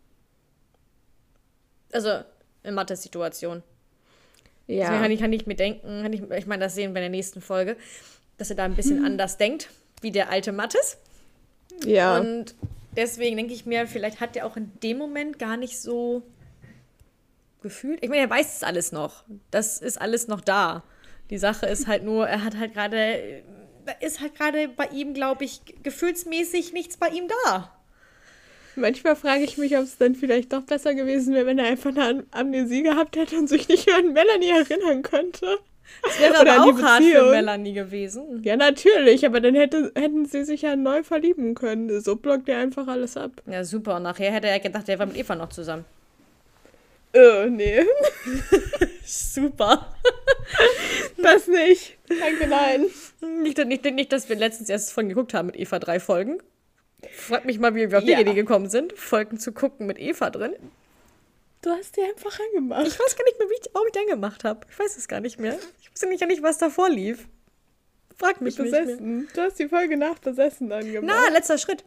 Also in Mathis Situation. Ja. Deswegen kann ich mir denken, ich meine, das sehen wir in der nächsten Folge, dass er da ein bisschen anders denkt, wie der alte Mathis. Ja. Und deswegen denke ich mir, vielleicht hat er auch in dem Moment gar nicht so gefühlt. Ich meine, er weiß es alles noch. Das ist alles noch da. Die Sache ist halt nur, ist halt gerade bei ihm, glaube ich, gefühlsmäßig nichts bei ihm da. Manchmal frage ich mich, ob es dann vielleicht doch besser gewesen wäre, wenn er einfach eine Amnesie gehabt hätte und sich nicht mehr an Melanie erinnern könnte. Das wäre aber auch hart für Melanie gewesen. Ja, natürlich, aber dann hätten sie sich ja neu verlieben können. So blockt er einfach alles ab. Ja, super. Und nachher hätte er gedacht, er war mit Eva noch zusammen. Nee. Super. Das nicht. Danke, nein. Nicht, dass wir letztens erst von geguckt haben mit Eva 3 Folgen. Frag mich mal, wie wir auf die Idee gekommen sind, Folgen zu gucken mit Eva drin. Du hast die einfach angemacht. Ich weiß gar nicht mehr, warum ich die angemacht habe. Ich weiß es gar nicht mehr. Ich wusste nicht, was davor lief. Frag mich Besessen. nicht mehr. Du hast die Folge nach Besessen angemacht. Na, letzter Schritt.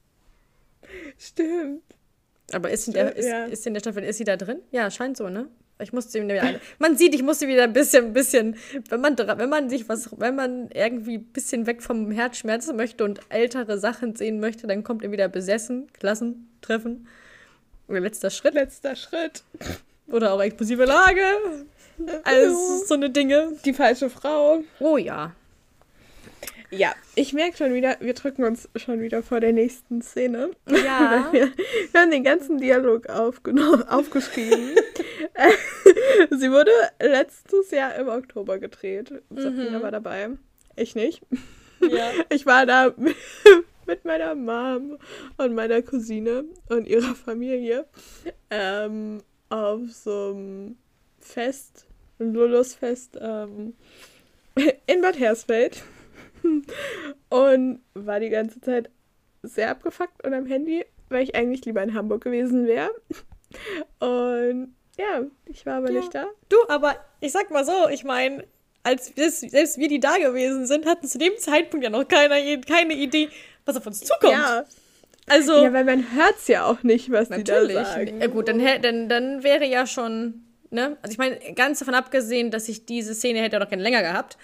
Stimmt. Aber ist in der Staffel, ist sie da drin? Ja, scheint so, ne? Ich musste wieder man sieht, ich musste wieder ein bisschen, wenn man irgendwie ein bisschen weg vom Herzschmerz möchte und ältere Sachen sehen möchte, dann kommt er wieder besessen, Klassentreffen. Oder letzter Schritt. Oder auch explosive Lage. Also so eine Dinge. Die falsche Frau. Oh ja. Ja, ich merke schon wieder, wir drücken uns schon wieder vor der nächsten Szene. Ja. Wir haben den ganzen Dialog aufgeschrieben. Sie wurde letztes Jahr im Oktober gedreht. Sabrina war dabei. Ich nicht. Ja. Ich war da mit meiner Mom und meiner Cousine und ihrer Familie auf so einem Fest, ein Lulusfest in Bad Hersfeld. Und war die ganze Zeit sehr abgefuckt und am Handy, weil ich eigentlich lieber in Hamburg gewesen wäre. Und ja, ich war aber nicht da. Du, aber ich sag mal so, ich meine, selbst wir, die da gewesen sind, hatten zu dem Zeitpunkt ja noch keine Idee, was auf uns zukommt. Ja. Also, Ja, weil man hört es ja auch nicht, was die da natürlich. sagen. Ja gut, dann wäre ja schon, ne? Also ich meine, ganz davon abgesehen, dass ich diese Szene hätte noch gerne länger gehabt.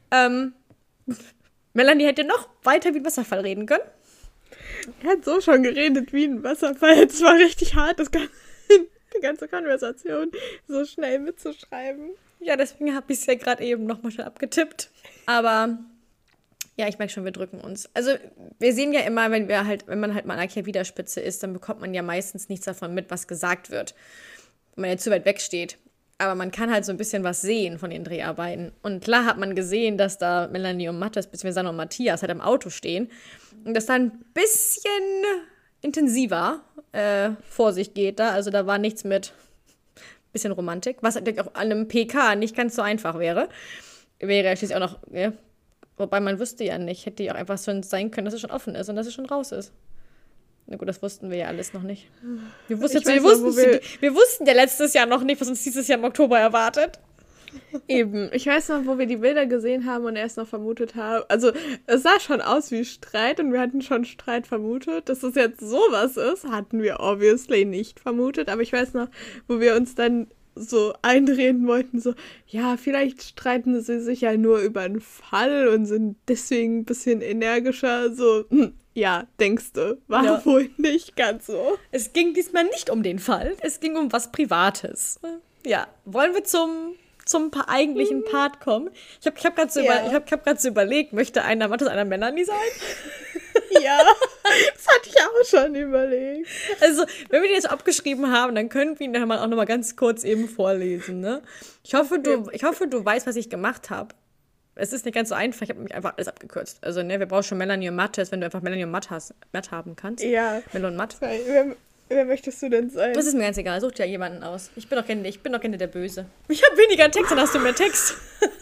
Melanie hätte noch weiter wie ein Wasserfall reden können. Er hat so schon geredet wie ein Wasserfall. Es war richtig hart, die ganze Konversation so schnell mitzuschreiben. Ja, deswegen habe ich es ja gerade eben nochmal schnell abgetippt. Aber ja, ich merke schon, wir drücken uns. Also wir sehen ja immer, wenn man halt mal an der Kehrwiederspitze ist, dann bekommt man ja meistens nichts davon mit, was gesagt wird. Wenn man ja zu weit weg steht. Aber man kann halt so ein bisschen was sehen von den Dreharbeiten. Und klar hat man gesehen, dass da Melanie und Mathis, beziehungsweise Sanna und Matthias halt im Auto stehen. Und das da ein bisschen intensiver vor sich geht da. Also da war nichts mit bisschen Romantik. Was natürlich auch an einem PK nicht ganz so einfach wäre. Wäre ja schließlich auch noch, ja, wobei man wüsste ja nicht. Hätte ja auch einfach so sein können, dass es schon offen ist und dass es schon raus ist. Na gut, das wussten wir ja alles noch nicht. Wir wussten ja letztes Jahr noch nicht, was uns dieses Jahr im Oktober erwartet. Eben. Ich weiß noch, wo wir die Bilder gesehen haben und erst noch vermutet haben. Also, es sah schon aus wie Streit und wir hatten schon Streit vermutet. Dass es jetzt sowas ist, hatten wir obviously nicht vermutet. Aber ich weiß noch, wo wir uns dann so einreden wollten, so, ja, vielleicht streiten sie sich ja nur über einen Fall und sind deswegen ein bisschen energischer. So, ja, denkst du, war wohl nicht ganz so. Es ging diesmal nicht um den Fall, es ging um was Privates. Ja, wollen wir zum eigentlichen Part kommen? Ich hab gerade so überlegt, möchte einer Mathis, einer Melanie sein? Ja, das hatte ich auch schon überlegt. Also, wenn wir die jetzt abgeschrieben haben, dann können wir ihn dann auch noch mal ganz kurz eben vorlesen, ne? Ich hoffe, du weißt, was ich gemacht habe. Es ist nicht ganz so einfach, ich habe mich einfach alles abgekürzt. Also, ne, wir brauchen schon Melanie und Mathis, wenn du einfach Melanie und Matt haben kannst. Ja. Mel und Matt. Wer möchtest du denn sein? Das ist mir ganz egal, such dir jemanden aus. Ich bin doch gerne der Böse. Ich habe weniger Text, dann hast du mehr Text.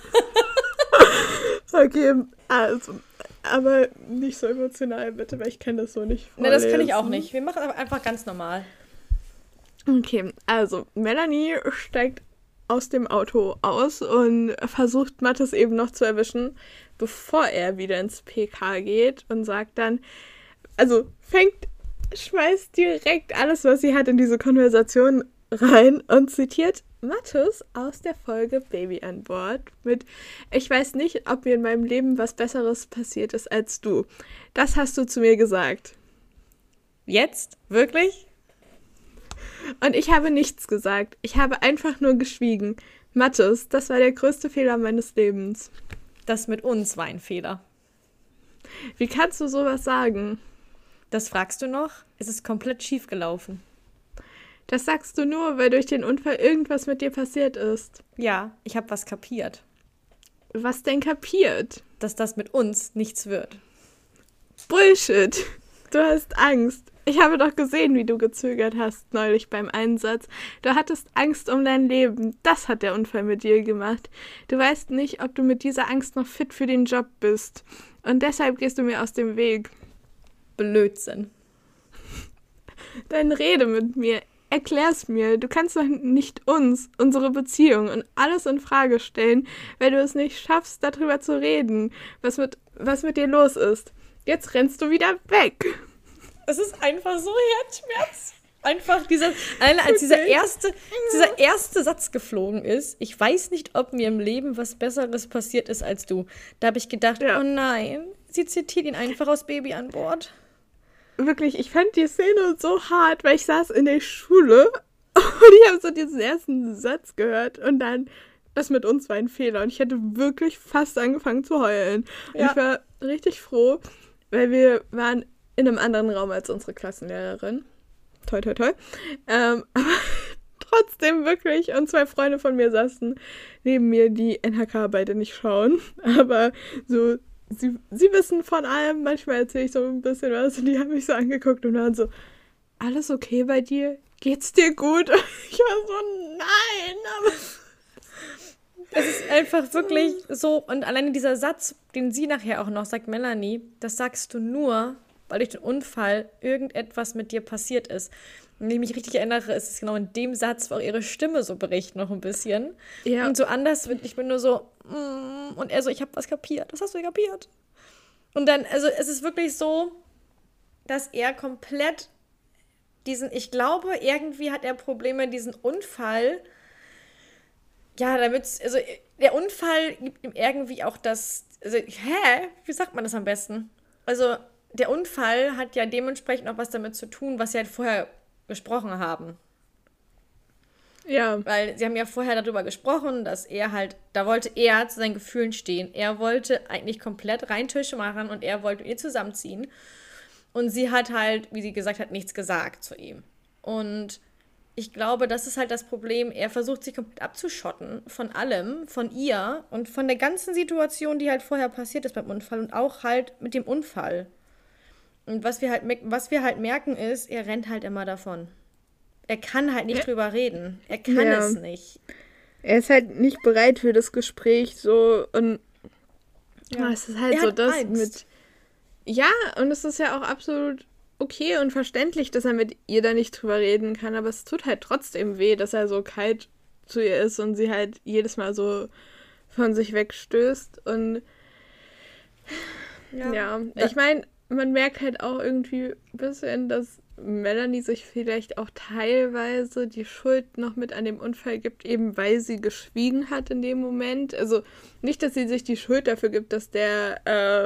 Okay, also, aber nicht so emotional, bitte, weil ich kann das so nicht vorlesen. Ne, das kann ich auch nicht. Wir machen aber einfach ganz normal. Okay, also, Melanie steigt aus dem Auto aus und versucht Mathis eben noch zu erwischen, bevor er wieder ins PK geht und sagt dann, also schmeißt direkt alles, was sie hat, in diese Konversation rein und zitiert Mathis aus der Folge Baby an Bord mit: Ich weiß nicht, ob mir in meinem Leben was Besseres passiert ist als du. Das hast du zu mir gesagt. Jetzt? Wirklich? Und ich habe nichts gesagt. Ich habe einfach nur geschwiegen. Mathis, das war der größte Fehler meines Lebens. Das mit uns war ein Fehler. Wie kannst du sowas sagen? Das fragst du noch? Es ist komplett schief gelaufen. Das sagst du nur, weil durch den Unfall irgendwas mit dir passiert ist. Ja, ich habe was kapiert. Was denn kapiert? Dass das mit uns nichts wird. Bullshit. Du hast Angst. Ich habe doch gesehen, wie du gezögert hast neulich beim Einsatz. Du hattest Angst um dein Leben. Das hat der Unfall mit dir gemacht. Du weißt nicht, ob du mit dieser Angst noch fit für den Job bist. Und deshalb gehst du mir aus dem Weg. Blödsinn. Dann rede mit mir. Erklär's mir. Du kannst doch nicht unsere Beziehung und alles in Frage stellen, weil du es nicht schaffst, darüber zu reden, was mit dir los ist. Jetzt rennst du wieder weg. Es ist einfach so Herzschmerz. Einfach alleine als dieser erste Satz geflogen ist, ich weiß nicht, ob mir im Leben was Besseres passiert ist als du. Da habe ich gedacht, oh nein, sie zitiert ihn einfach aus Baby an Bord. Wirklich, ich fand die Szene so hart, weil ich saß in der Schule und ich habe so diesen ersten Satz gehört und dann, das mit uns war ein Fehler und ich hätte wirklich fast angefangen zu heulen. Und ich war richtig froh, weil wir waren in einem anderen Raum als unsere Klassenlehrerin. Toi, toi, toi. Aber trotzdem wirklich. Und 2 Freunde von mir saßen neben mir, die NHK-Arbeit nicht schauen. Aber so, sie wissen von allem. Manchmal erzähle ich so ein bisschen was und die haben mich so angeguckt und waren so, alles okay bei dir? Geht's dir gut? Ich war so, nein, aber... Es ist einfach wirklich so, und alleine dieser Satz, den sie nachher auch noch sagt, Melanie, das sagst du nur, weil durch den Unfall irgendetwas mit dir passiert ist. Und wenn ich mich richtig erinnere, ist es genau in dem Satz, wo auch ihre Stimme so bricht noch ein bisschen. Ja. Und so anders, ich bin nur so, und er so, ich habe was kapiert. Was hast du kapiert? Und dann, also es ist wirklich so, dass er komplett ich glaube, irgendwie hat er Probleme, diesen Unfall, ja, also der Unfall gibt ihm irgendwie auch wie sagt man das am besten? Also der Unfall hat ja dementsprechend auch was damit zu tun, was sie halt vorher gesprochen haben. Ja. Weil sie haben ja vorher darüber gesprochen, dass da wollte er zu seinen Gefühlen stehen. Er wollte eigentlich komplett rein Tisch machen und er wollte mit ihr zusammenziehen. Und sie hat halt, wie sie gesagt hat, nichts gesagt zu ihm. Und ich glaube, das ist halt das Problem. Er versucht, sich komplett abzuschotten von allem, von ihr und von der ganzen Situation, die halt vorher passiert ist beim Unfall und auch halt mit dem Unfall. Und was wir halt merken ist, er rennt halt immer davon. Er kann halt nicht drüber reden. Er kann es nicht. Er ist halt nicht bereit für das Gespräch so und es ist halt so das Angst. Mit... Ja, und es ist ja auch absolut okay und verständlich, dass er mit ihr da nicht drüber reden kann, aber es tut halt trotzdem weh, dass er so kalt zu ihr ist und sie halt jedes Mal so von sich wegstößt und ich meine, man merkt halt auch irgendwie ein bisschen, dass Melanie sich vielleicht auch teilweise die Schuld noch mit an dem Unfall gibt, eben weil sie geschwiegen hat in dem Moment. Also nicht, dass sie sich die Schuld dafür gibt, dass der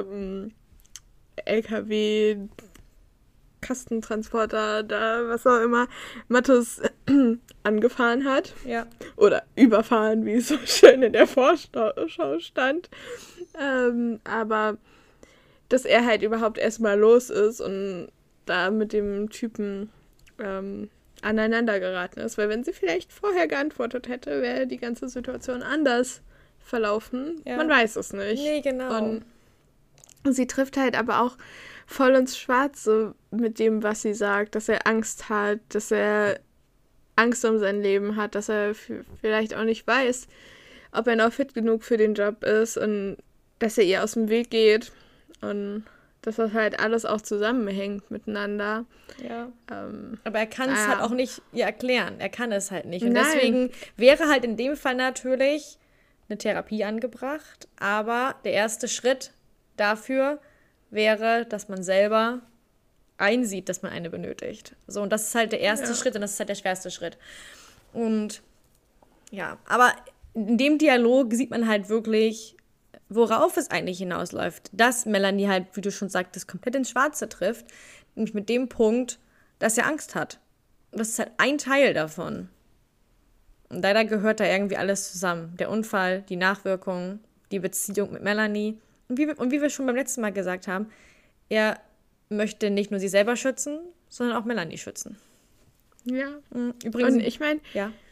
LKW-Kastentransporter da, was auch immer, Mattes angefahren hat. Ja. Oder überfahren, wie es so schön in der Vorschau stand. Aber dass er halt überhaupt erstmal los ist und da mit dem Typen aneinander geraten ist. Weil wenn sie vielleicht vorher geantwortet hätte, wäre die ganze Situation anders verlaufen. Ja. Man weiß es nicht. Nee, genau. Und sie trifft halt aber auch voll ins Schwarze mit dem, was sie sagt, dass er Angst hat, dass er Angst um sein Leben hat, dass er vielleicht auch nicht weiß, ob er noch fit genug für den Job ist und dass er ihr aus dem Weg geht und dass das halt alles auch zusammenhängt miteinander. Ja. Aber er kann es halt auch nicht erklären. Er kann es halt nicht. Und deswegen wäre halt in dem Fall natürlich eine Therapie angebracht, aber der erste Schritt dafür wäre, dass man selber einsieht, dass man eine benötigt. So, und das ist halt der erste Schritt und das ist halt der schwerste Schritt. Und ja, aber in dem Dialog sieht man halt wirklich, worauf es eigentlich hinausläuft, dass Melanie halt, wie du schon sagtest, komplett ins Schwarze trifft, nämlich mit dem Punkt, dass er Angst hat. Und das ist halt ein Teil davon. Und leider gehört da irgendwie alles zusammen. Der Unfall, die Nachwirkungen, die Beziehung mit Melanie. Und wie wir schon beim letzten Mal gesagt haben, er möchte nicht nur sie selber schützen, sondern auch Melanie schützen. Ja. Übrigens, und ich meine,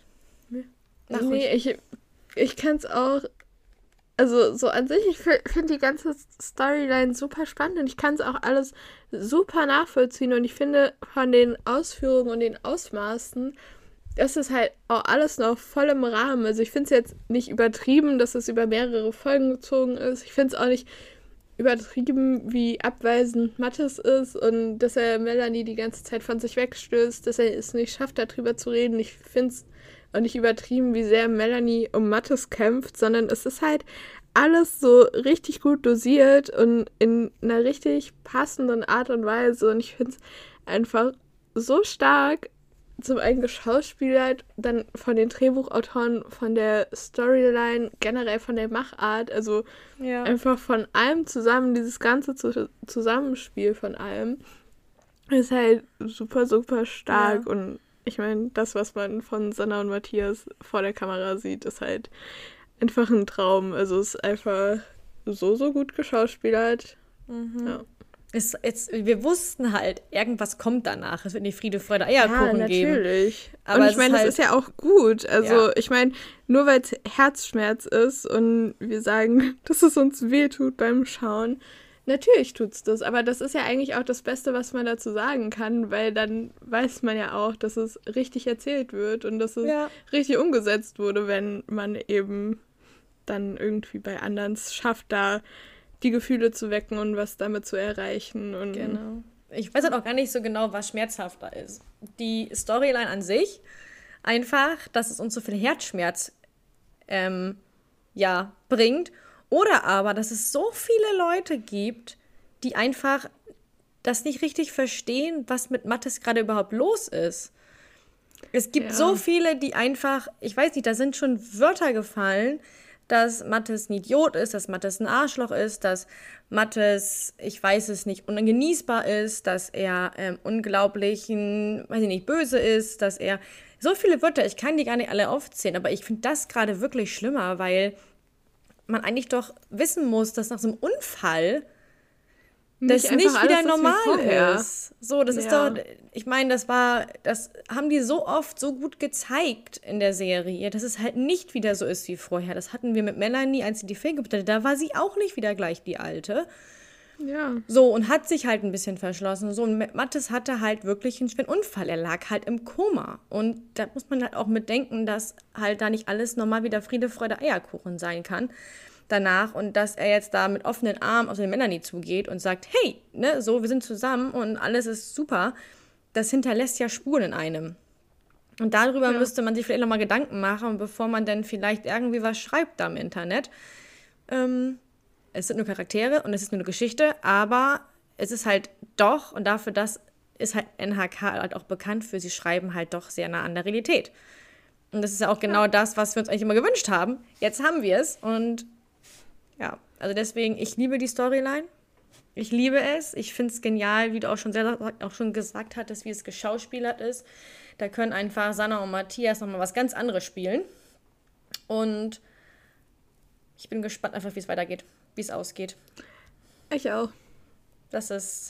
ich kann es auch, also so an sich, ich finde die ganze Storyline super spannend und ich kann es auch alles super nachvollziehen und ich finde von den Ausführungen und den Ausmaßen, das ist halt auch alles noch voll im Rahmen. Also ich finde es jetzt nicht übertrieben, dass es über mehrere Folgen gezogen ist. Ich finde es auch nicht übertrieben, wie abweisend Mattes ist und dass er Melanie die ganze Zeit von sich wegstößt, dass er es nicht schafft, darüber zu reden. Ich finde es auch nicht übertrieben, wie sehr Melanie um Mattes kämpft, sondern es ist halt alles so richtig gut dosiert und in einer richtig passenden Art und Weise. Und ich finde es einfach so stark, zum einen geschauspielert, dann von den Drehbuchautoren, von der Storyline, generell von der Machart, also einfach von allem zusammen, dieses ganze Zusammenspiel von allem ist halt super, super stark und ich meine, das, was man von Sanna und Matthias vor der Kamera sieht, ist halt einfach ein Traum. Also es ist einfach so, so gut geschauspielert. Ja. Wir wussten halt, irgendwas kommt danach. Es wird nicht Friede, Freude, Eierkuchen geben. Ja, natürlich. Aber und ich meine, das ist ja auch gut. Also ich meine, nur weil es Herzschmerz ist und wir sagen, dass es uns wehtut beim Schauen, natürlich tut's das. Aber das ist ja eigentlich auch das Beste, was man dazu sagen kann, weil dann weiß man ja auch, dass es richtig erzählt wird und dass es richtig umgesetzt wurde, wenn man eben dann irgendwie bei anderen schafft, da die Gefühle zu wecken und was damit zu erreichen. Und genau. Ich weiß halt auch gar nicht so genau, was schmerzhafter ist. Die Storyline an sich, einfach, dass es uns so viel Herzschmerz bringt. Oder aber, dass es so viele Leute gibt, die einfach das nicht richtig verstehen, was mit Mathis gerade überhaupt los ist. Es gibt so viele, die einfach, ich weiß nicht, da sind schon Wörter gefallen, dass Mathis ein Idiot ist, dass Mathis ein Arschloch ist, dass Mathis, ich weiß es nicht, ungenießbar ist, dass er unglaublich, weiß ich nicht, böse ist, dass er, so viele Wörter, ich kann die gar nicht alle aufzählen, aber ich finde das gerade wirklich schlimmer, weil man eigentlich doch wissen muss, dass nach so einem Unfall das nicht wieder normal ist. So, das ist doch, ich meine, das haben die so oft so gut gezeigt in der Serie, dass es halt nicht wieder so ist wie vorher. Das hatten wir mit Melanie, als sie die Fehlgeburt hatte, da war sie auch nicht wieder gleich die Alte. Ja. So, und hat sich halt ein bisschen verschlossen. So, und Mathis hatte halt wirklich einen schweren Unfall. Er lag halt im Koma. Und da muss man halt auch mitdenken, dass halt da nicht alles normal wieder Friede, Freude, Eierkuchen sein kann danach und dass er jetzt da mit offenen Armen auf den Melanie zugeht und sagt, hey, ne, so, wir sind zusammen und alles ist super, das hinterlässt ja Spuren in einem. Und darüber müsste man sich vielleicht nochmal Gedanken machen, bevor man dann vielleicht irgendwie was schreibt da im Internet. Es sind nur Charaktere und es ist nur eine Geschichte, aber es ist halt doch, und dafür, das ist halt NHK halt auch bekannt für, sie schreiben halt doch sehr nah an der Realität. Und das ist ja auch genau das, was wir uns eigentlich immer gewünscht haben. Jetzt haben wir es und ja, also deswegen, ich liebe die Storyline. Ich liebe es. Ich finde es genial, wie du auch schon gesagt hattest, wie es geschauspielert ist. Da können einfach Sanna und Matthias nochmal was ganz anderes spielen. Und ich bin gespannt einfach, wie es weitergeht, wie es ausgeht. Ich auch. Das ist,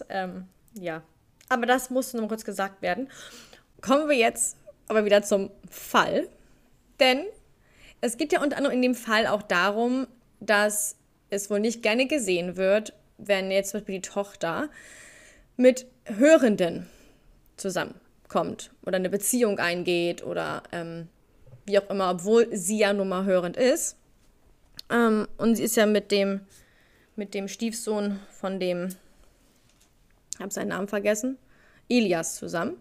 Aber das musste noch kurz gesagt werden. Kommen wir jetzt aber wieder zum Fall. Denn es geht ja unter anderem in dem Fall auch darum, dass es wohl nicht gerne gesehen wird, wenn jetzt zum Beispiel die Tochter mit Hörenden zusammenkommt oder eine Beziehung eingeht oder wie auch immer, obwohl sie ja nun mal hörend ist. Und sie ist ja mit dem Stiefsohn von dem, ich habe seinen Namen vergessen, Elias zusammen.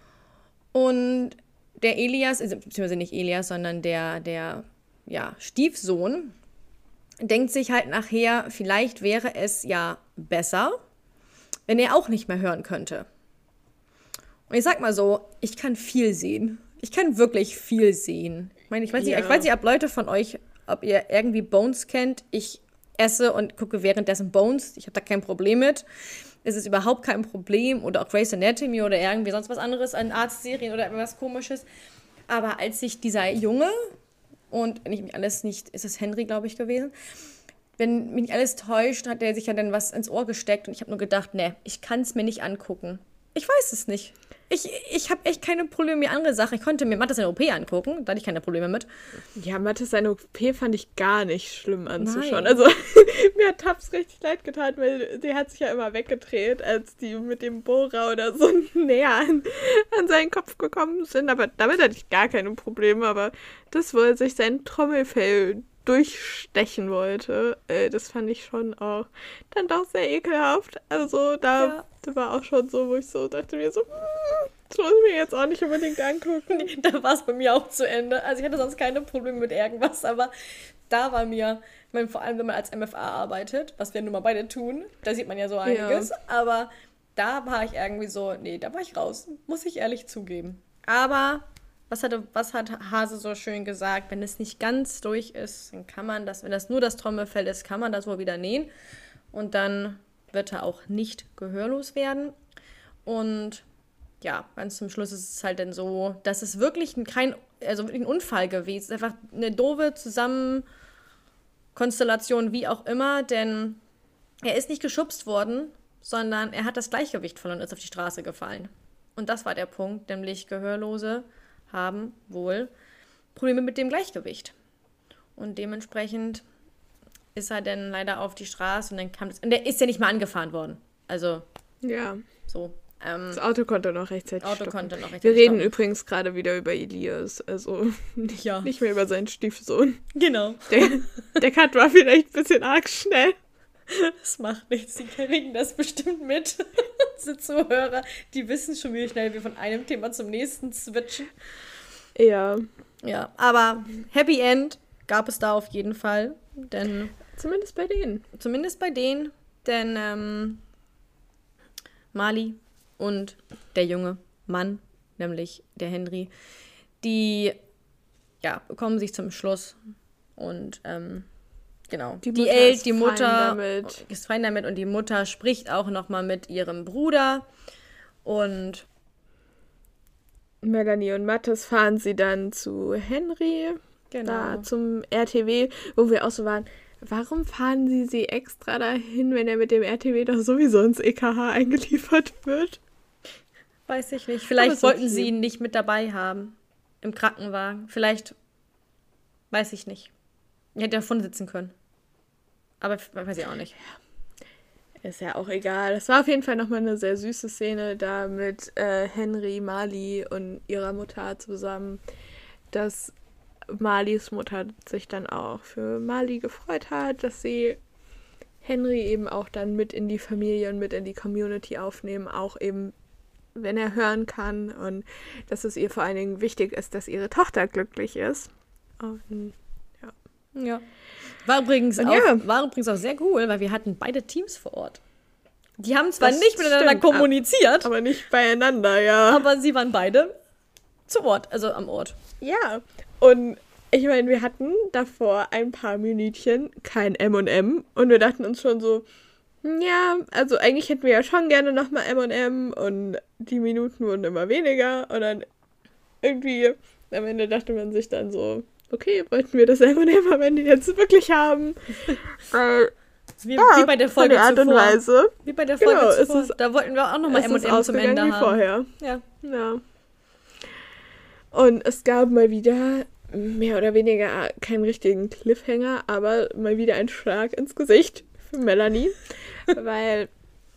Und der Elias, beziehungsweise nicht Elias, sondern der Stiefsohn, denkt sich halt nachher, vielleicht wäre es ja besser, wenn er auch nicht mehr hören könnte. Und ich sag mal so, ich kann viel sehen. Ich kann wirklich viel sehen. Ich meine, ich weiß nicht, ob Leute von euch, ob ihr irgendwie Bones kennt. Ich esse und gucke währenddessen Bones. Ich habe da kein Problem mit. Es ist überhaupt kein Problem. Oder auch Grey's Anatomy oder irgendwie sonst was anderes an Arztserien oder irgendwas Komisches. Aber als sich dieser Junge, und wenn ich mich alles nicht, ist es Henry, glaube ich, gewesen, wenn mich nicht alles täuscht, hat er sich ja dann was ins Ohr gesteckt und ich habe nur gedacht, ne, ich kann es mir nicht angucken. Ich weiß es nicht. Ich habe echt keine Probleme mit anderen Sachen. Ich konnte mir Mathis seine OP angucken, da hatte ich keine Probleme mit. Ja, Mathis seine OP fand ich gar nicht schlimm anzuschauen. Nein. Also mir hat Taps richtig leid getan, weil die hat sich ja immer weggedreht, als die mit dem Bohrer oder so näher an seinen Kopf gekommen sind. Aber damit hatte ich gar keine Probleme. Aber das, wo er sich sein Trommelfell durchstechen wollte, das fand ich schon auch dann doch sehr ekelhaft. Also da war auch schon so, wo ich so dachte mir so, das muss ich mir jetzt auch nicht unbedingt angucken. Nee, da war es bei mir auch zu Ende. Also ich hatte sonst keine Probleme mit irgendwas, aber da war mir, ich meine, vor allem, wenn man als MFA arbeitet, was wir nun mal beide tun, da sieht man ja so einiges, aber da war ich irgendwie so, nee, da war ich raus, muss ich ehrlich zugeben. Aber was hat Hase so schön gesagt? Wenn es nicht ganz durch ist, dann kann man das, wenn das nur das Trommelfell ist, kann man das wohl wieder nähen. Und dann wird er auch nicht gehörlos werden. Und ja, ganz zum Schluss ist es halt dann so, dass es wirklich wirklich ein Unfall gewesen ist. Einfach eine doofe Zusammenkonstellation, wie auch immer, denn er ist nicht geschubst worden, sondern er hat das Gleichgewicht verloren und ist auf die Straße gefallen. Und das war der Punkt, nämlich Gehörlose haben wohl Probleme mit dem Gleichgewicht. Und dementsprechend ist er dann leider auf die Straße und dann kam das. Und der ist ja nicht mal angefahren worden. Also, Ja, so. das Auto konnte noch rechtzeitig stoppen. Konnte noch Wir reden stoppen. übrigens gerade wieder über Elias, also Ja. nicht mehr über seinen Stiefsohn. Genau. Der Cut war vielleicht ein bisschen arg schnell. Das macht nichts. Die kriegen das bestimmt mit. Diese Zuhörer, die wissen schon, wie schnell wir von einem Thema zum nächsten switchen. Ja, Ja, aber Happy End gab es da auf jeden Fall. Denn zumindest bei denen. zumindest bei denen, denn Marley und der junge Mann, nämlich der Henry, die bekommen sich zum Schluss und genau. Die Mutter ist die fein Mutter damit. ist fein damit und die Mutter spricht auch nochmal mit ihrem Bruder und Melanie und Mathis fahren sie dann zu Henry, genau. da zum RTW, wo wir auch so waren, warum fahren sie extra dahin, wenn er mit dem RTW doch sowieso ins EKH eingeliefert wird? Weiß ich nicht. Aber Vielleicht ist wollten okay. sie ihn nicht mit dabei haben im Krankenwagen. Vielleicht, weiß ich nicht. Er hätte davon sitzen können. Aber weiß ich auch nicht. Ist ja auch egal. Das war auf jeden Fall nochmal eine sehr süße Szene da mit Henry, Marley und ihrer Mutter zusammen, dass Marleys Mutter sich dann auch für Marley gefreut hat, dass sie Henry eben auch dann mit in die Familie und mit in die Community aufnehmen, auch eben, wenn er hören kann und dass es ihr vor allen Dingen wichtig ist, dass ihre Tochter glücklich ist. Und Ja. War übrigens auch sehr cool, weil wir hatten beide Teams vor Ort. Die haben zwar Das nicht miteinander stimmt, kommuniziert, aber nicht beieinander, ja. aber sie waren beide zu Ort, also am Ort. Ja, und ich meine, wir hatten davor ein paar Minütchen kein M&M und wir dachten uns schon so, ja, also eigentlich hätten wir ja schon gerne nochmal M&M und die Minuten wurden immer weniger und dann irgendwie am Ende dachte man sich dann so, okay, wollten wir das M&M am Ende jetzt wirklich haben? Wie bei der Folge von der Art und zuvor. Weise. Wie bei der Folge Genau, zuvor. es ist- Da wollten wir auch nochmal Es ist M&M zum Ende ausgegangen wie haben. vorher. Ja. Ja. Und es gab mal wieder mehr oder weniger keinen richtigen Cliffhanger, aber mal wieder ein Schlag ins Gesicht für Melanie, weil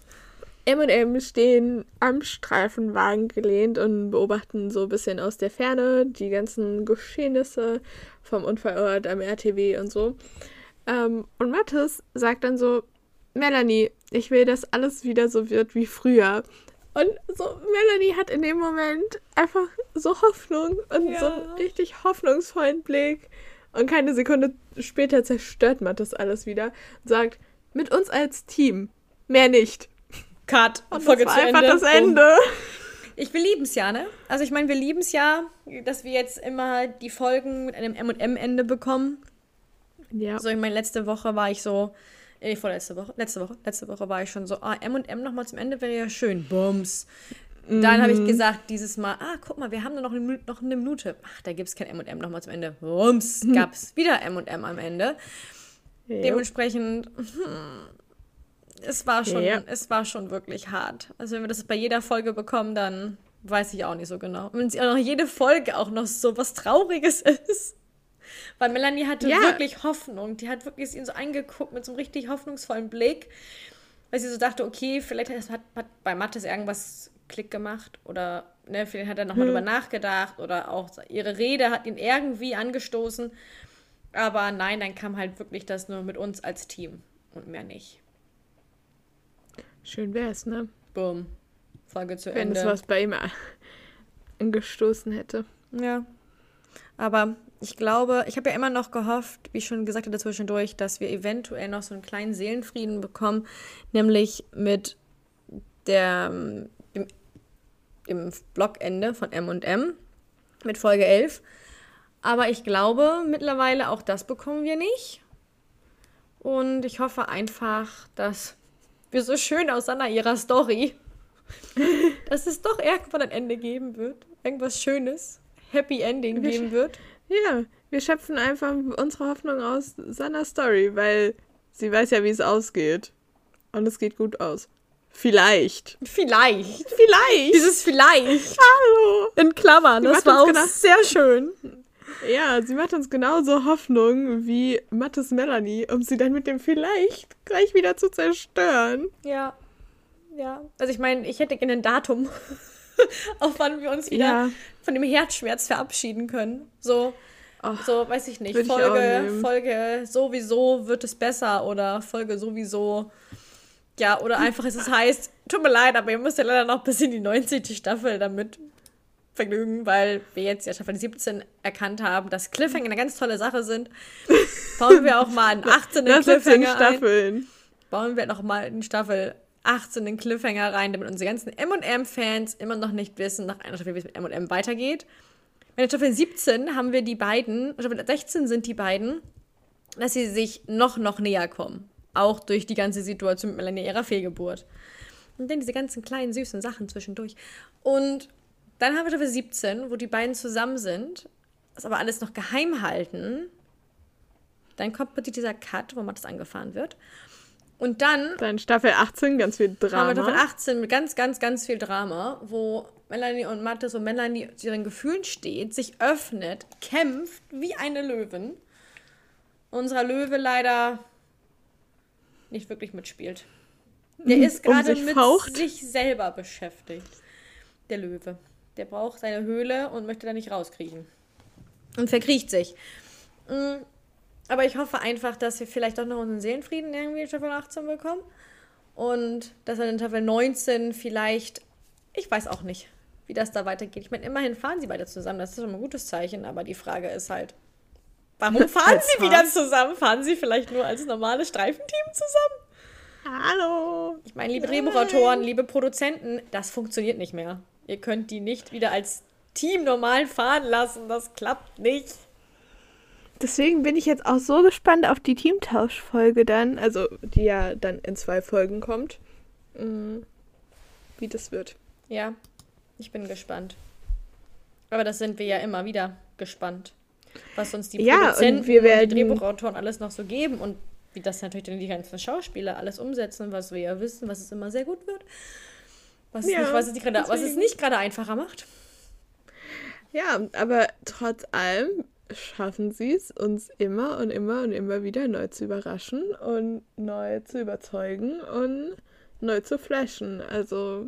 M&M stehen am Streifenwagen gelehnt und beobachten so ein bisschen aus der Ferne die ganzen Geschehnisse vom Unfallort am RTW und so. Und Mathis sagt dann so, Melanie, ich will, dass alles wieder so wird wie früher. Und so, Melanie hat in dem Moment einfach so Hoffnung und so einen richtig hoffnungsvollen Blick. Und keine Sekunde später zerstört Mathis alles wieder und sagt, mit uns als Team, mehr nicht. Cut. Und Folge das war zu einfach Ende. das Ende. Wir lieben es ja, ne? Also ich meine, wir lieben es ja, dass wir jetzt immer die Folgen mit einem M&M-Ende bekommen. Ja. So, ich meine, letzte Woche war ich so, letzte Woche war ich schon so, M&M nochmal zum Ende wäre ja schön. Bums. Dann habe ich gesagt, dieses Mal, guck mal, wir haben nur noch eine Minute. Ach, da gibt es kein M&M nochmal zum Ende. Bums, gab es wieder M&M am Ende. Ja. Dementsprechend, es war schon wirklich hart. Also wenn wir das bei jeder Folge bekommen, dann weiß ich auch nicht so genau. Wenn es auch noch jede Folge auch noch so was Trauriges ist. Weil Melanie hatte wirklich Hoffnung. Die hat wirklich ihn so angeguckt mit so einem richtig hoffnungsvollen Blick. Weil sie so dachte, okay, vielleicht hat bei Mathis irgendwas Klick gemacht. Oder vielleicht hat er nochmal drüber nachgedacht. Oder auch ihre Rede hat ihn irgendwie angestoßen. Aber nein, dann kam halt wirklich das nur mit uns als Team. Und mehr nicht. Schön wär's, ne? Boom. Folge zu Wenn Ende. es was bei ihm angestoßen hätte. Ja. Aber ich glaube, ich habe ja immer noch gehofft, wie ich schon gesagt hatte zwischendurch, dass wir eventuell noch so einen kleinen Seelenfrieden bekommen, nämlich mit dem dem Blockende von M&M mit Folge 11. Aber ich glaube, mittlerweile auch das bekommen wir nicht. Und ich hoffe einfach, dass wir so schön aus Sanna ihrer Story, dass es doch irgendwann ein Ende geben wird. Irgendwas Schönes, Happy Ending geben wird. Ja, wir schöpfen einfach unsere Hoffnung aus Sannas Story, weil sie weiß ja, wie es ausgeht. Und es geht gut aus. Vielleicht. Vielleicht. Vielleicht. Dieses Vielleicht. Hallo. In Klammern, das war auch sehr schön. Ja, sie macht uns genauso Hoffnung wie Mattes Melanie, um sie dann mit dem Vielleicht gleich wieder zu zerstören. Ja. Ja. Also ich meine, ich hätte gerne ein Datum, auf wann wir uns wieder von dem Herzschmerz verabschieden können. So, weiß ich nicht. Folge sowieso wird es besser oder Folge sowieso. Ja, oder einfach es heißt, tut mir leid, aber ihr müsst ja leider noch bis in die 90. Staffel damit vergnügen, weil wir jetzt ja Staffel 17 erkannt haben, dass Cliffhanger eine ganz tolle Sache sind. Bauen wir auch mal einen 18. Cliffhanger ein. Bauen wir noch mal in Staffel 18 den Cliffhanger rein, damit unsere ganzen M&M-Fans immer noch nicht wissen, nach einer Staffel, wie es mit M&M weitergeht. In Staffel 17 haben wir die beiden, Staffel 16 sind die beiden, dass sie sich noch näher kommen. Auch durch die ganze Situation mit Melanie ihrer Fehlgeburt. Und dann diese ganzen kleinen, süßen Sachen zwischendurch. Und dann haben wir Staffel 17, wo die beiden zusammen sind, das aber alles noch geheim halten. Dann kommt plötzlich dieser Cut, wo Mattes angefahren wird. Und dann Staffel 18, ganz viel Drama. Haben wir Staffel 18 mit ganz viel Drama, wo Melanie und Mattes und Melanie zu ihren Gefühlen steht, sich öffnet, kämpft wie eine Löwin. Unserer Löwe leider nicht wirklich mitspielt. Der ist gerade mit sich selber beschäftigt. Der Löwe. Der braucht seine Höhle und möchte da nicht rauskriegen. Und verkriecht sich. Aber ich hoffe einfach, dass wir vielleicht doch noch unseren Seelenfrieden irgendwie in Staffel 18 bekommen. Und dass wir in Staffel 19 vielleicht, ich weiß auch nicht, wie das da weitergeht. Ich meine, immerhin fahren sie beide zusammen. Das ist schon mal ein gutes Zeichen. Aber die Frage ist halt, warum fahren sie wieder zusammen? Fahren sie vielleicht nur als normales Streifenteam zusammen? Hallo. Ich meine, liebe Drehbuchautoren, liebe Produzenten, das funktioniert nicht mehr. Ihr könnt die nicht wieder als Team normal fahren lassen. Das klappt nicht. Deswegen bin ich jetzt auch so gespannt auf die Teamtauschfolge dann, also die ja dann in 2 Folgen kommt, wie das wird. Ja, ich bin gespannt. Aber das sind wir ja immer wieder gespannt. Was uns die Produzenten und die Drehbuchautoren alles noch so geben und wie das natürlich dann die ganzen Schauspieler alles umsetzen, was wir ja wissen, was es immer sehr gut wird. Was es nicht gerade einfacher macht. Ja, aber trotz allem schaffen sie es, uns immer und immer und immer wieder neu zu überraschen und neu zu überzeugen und neu zu flashen. Also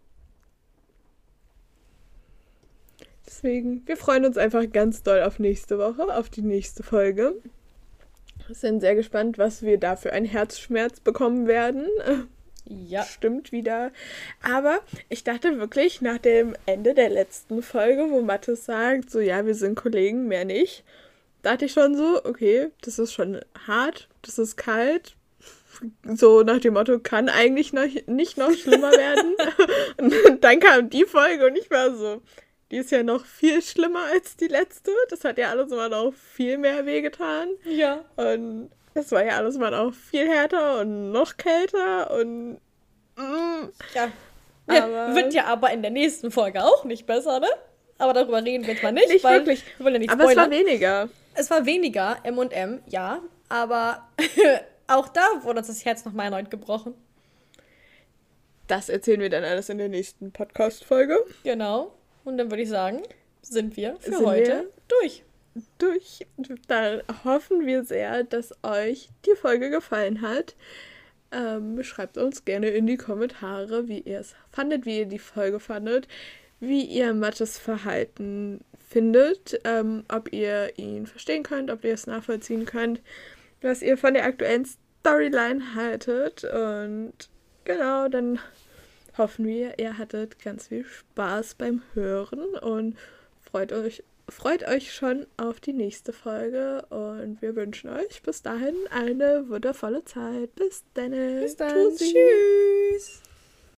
deswegen, wir freuen uns einfach ganz doll auf nächste Woche, auf die nächste Folge. Wir sind sehr gespannt, was wir da für einen Herzschmerz bekommen werden. Ja. Stimmt wieder. Aber ich dachte wirklich nach dem Ende der letzten Folge, wo Mattes sagt, so ja, wir sind Kollegen, mehr nicht, dachte ich schon so, okay, das ist schon hart, das ist kalt. So nach dem Motto, kann eigentlich nicht noch schlimmer werden. Und dann kam die Folge und ich war so, die ist ja noch viel schlimmer als die letzte. Das hat ja alles mal noch viel mehr wehgetan. Ja. Und das war ja alles mal auch viel härter und noch kälter und ja. Wird ja aber in der nächsten Folge auch nicht besser, ne? Aber darüber reden wir jetzt mal nicht. Nicht weil wirklich. Wir wollen ja nicht aber spoilern. Es war weniger. Es war weniger, M&M, ja. Aber auch da wurde uns das Herz nochmal erneut gebrochen. Das erzählen wir dann alles in der nächsten Podcast-Folge. Genau. Und dann würde ich sagen, sind wir für heute durch. Dann hoffen wir sehr, dass euch die Folge gefallen hat. Schreibt uns gerne in die Kommentare, wie ihr es fandet, wie ihr die Folge fandet, wie ihr Mattes Verhalten findet, ob ihr ihn verstehen könnt, ob ihr es nachvollziehen könnt, was ihr von der aktuellen Storyline haltet. Und genau, dann hoffen wir, ihr hattet ganz viel Spaß beim Hören und freut euch schon auf die nächste Folge und wir wünschen euch bis dahin eine wundervolle Zeit. Bis dann. Bis dann. Tschüss.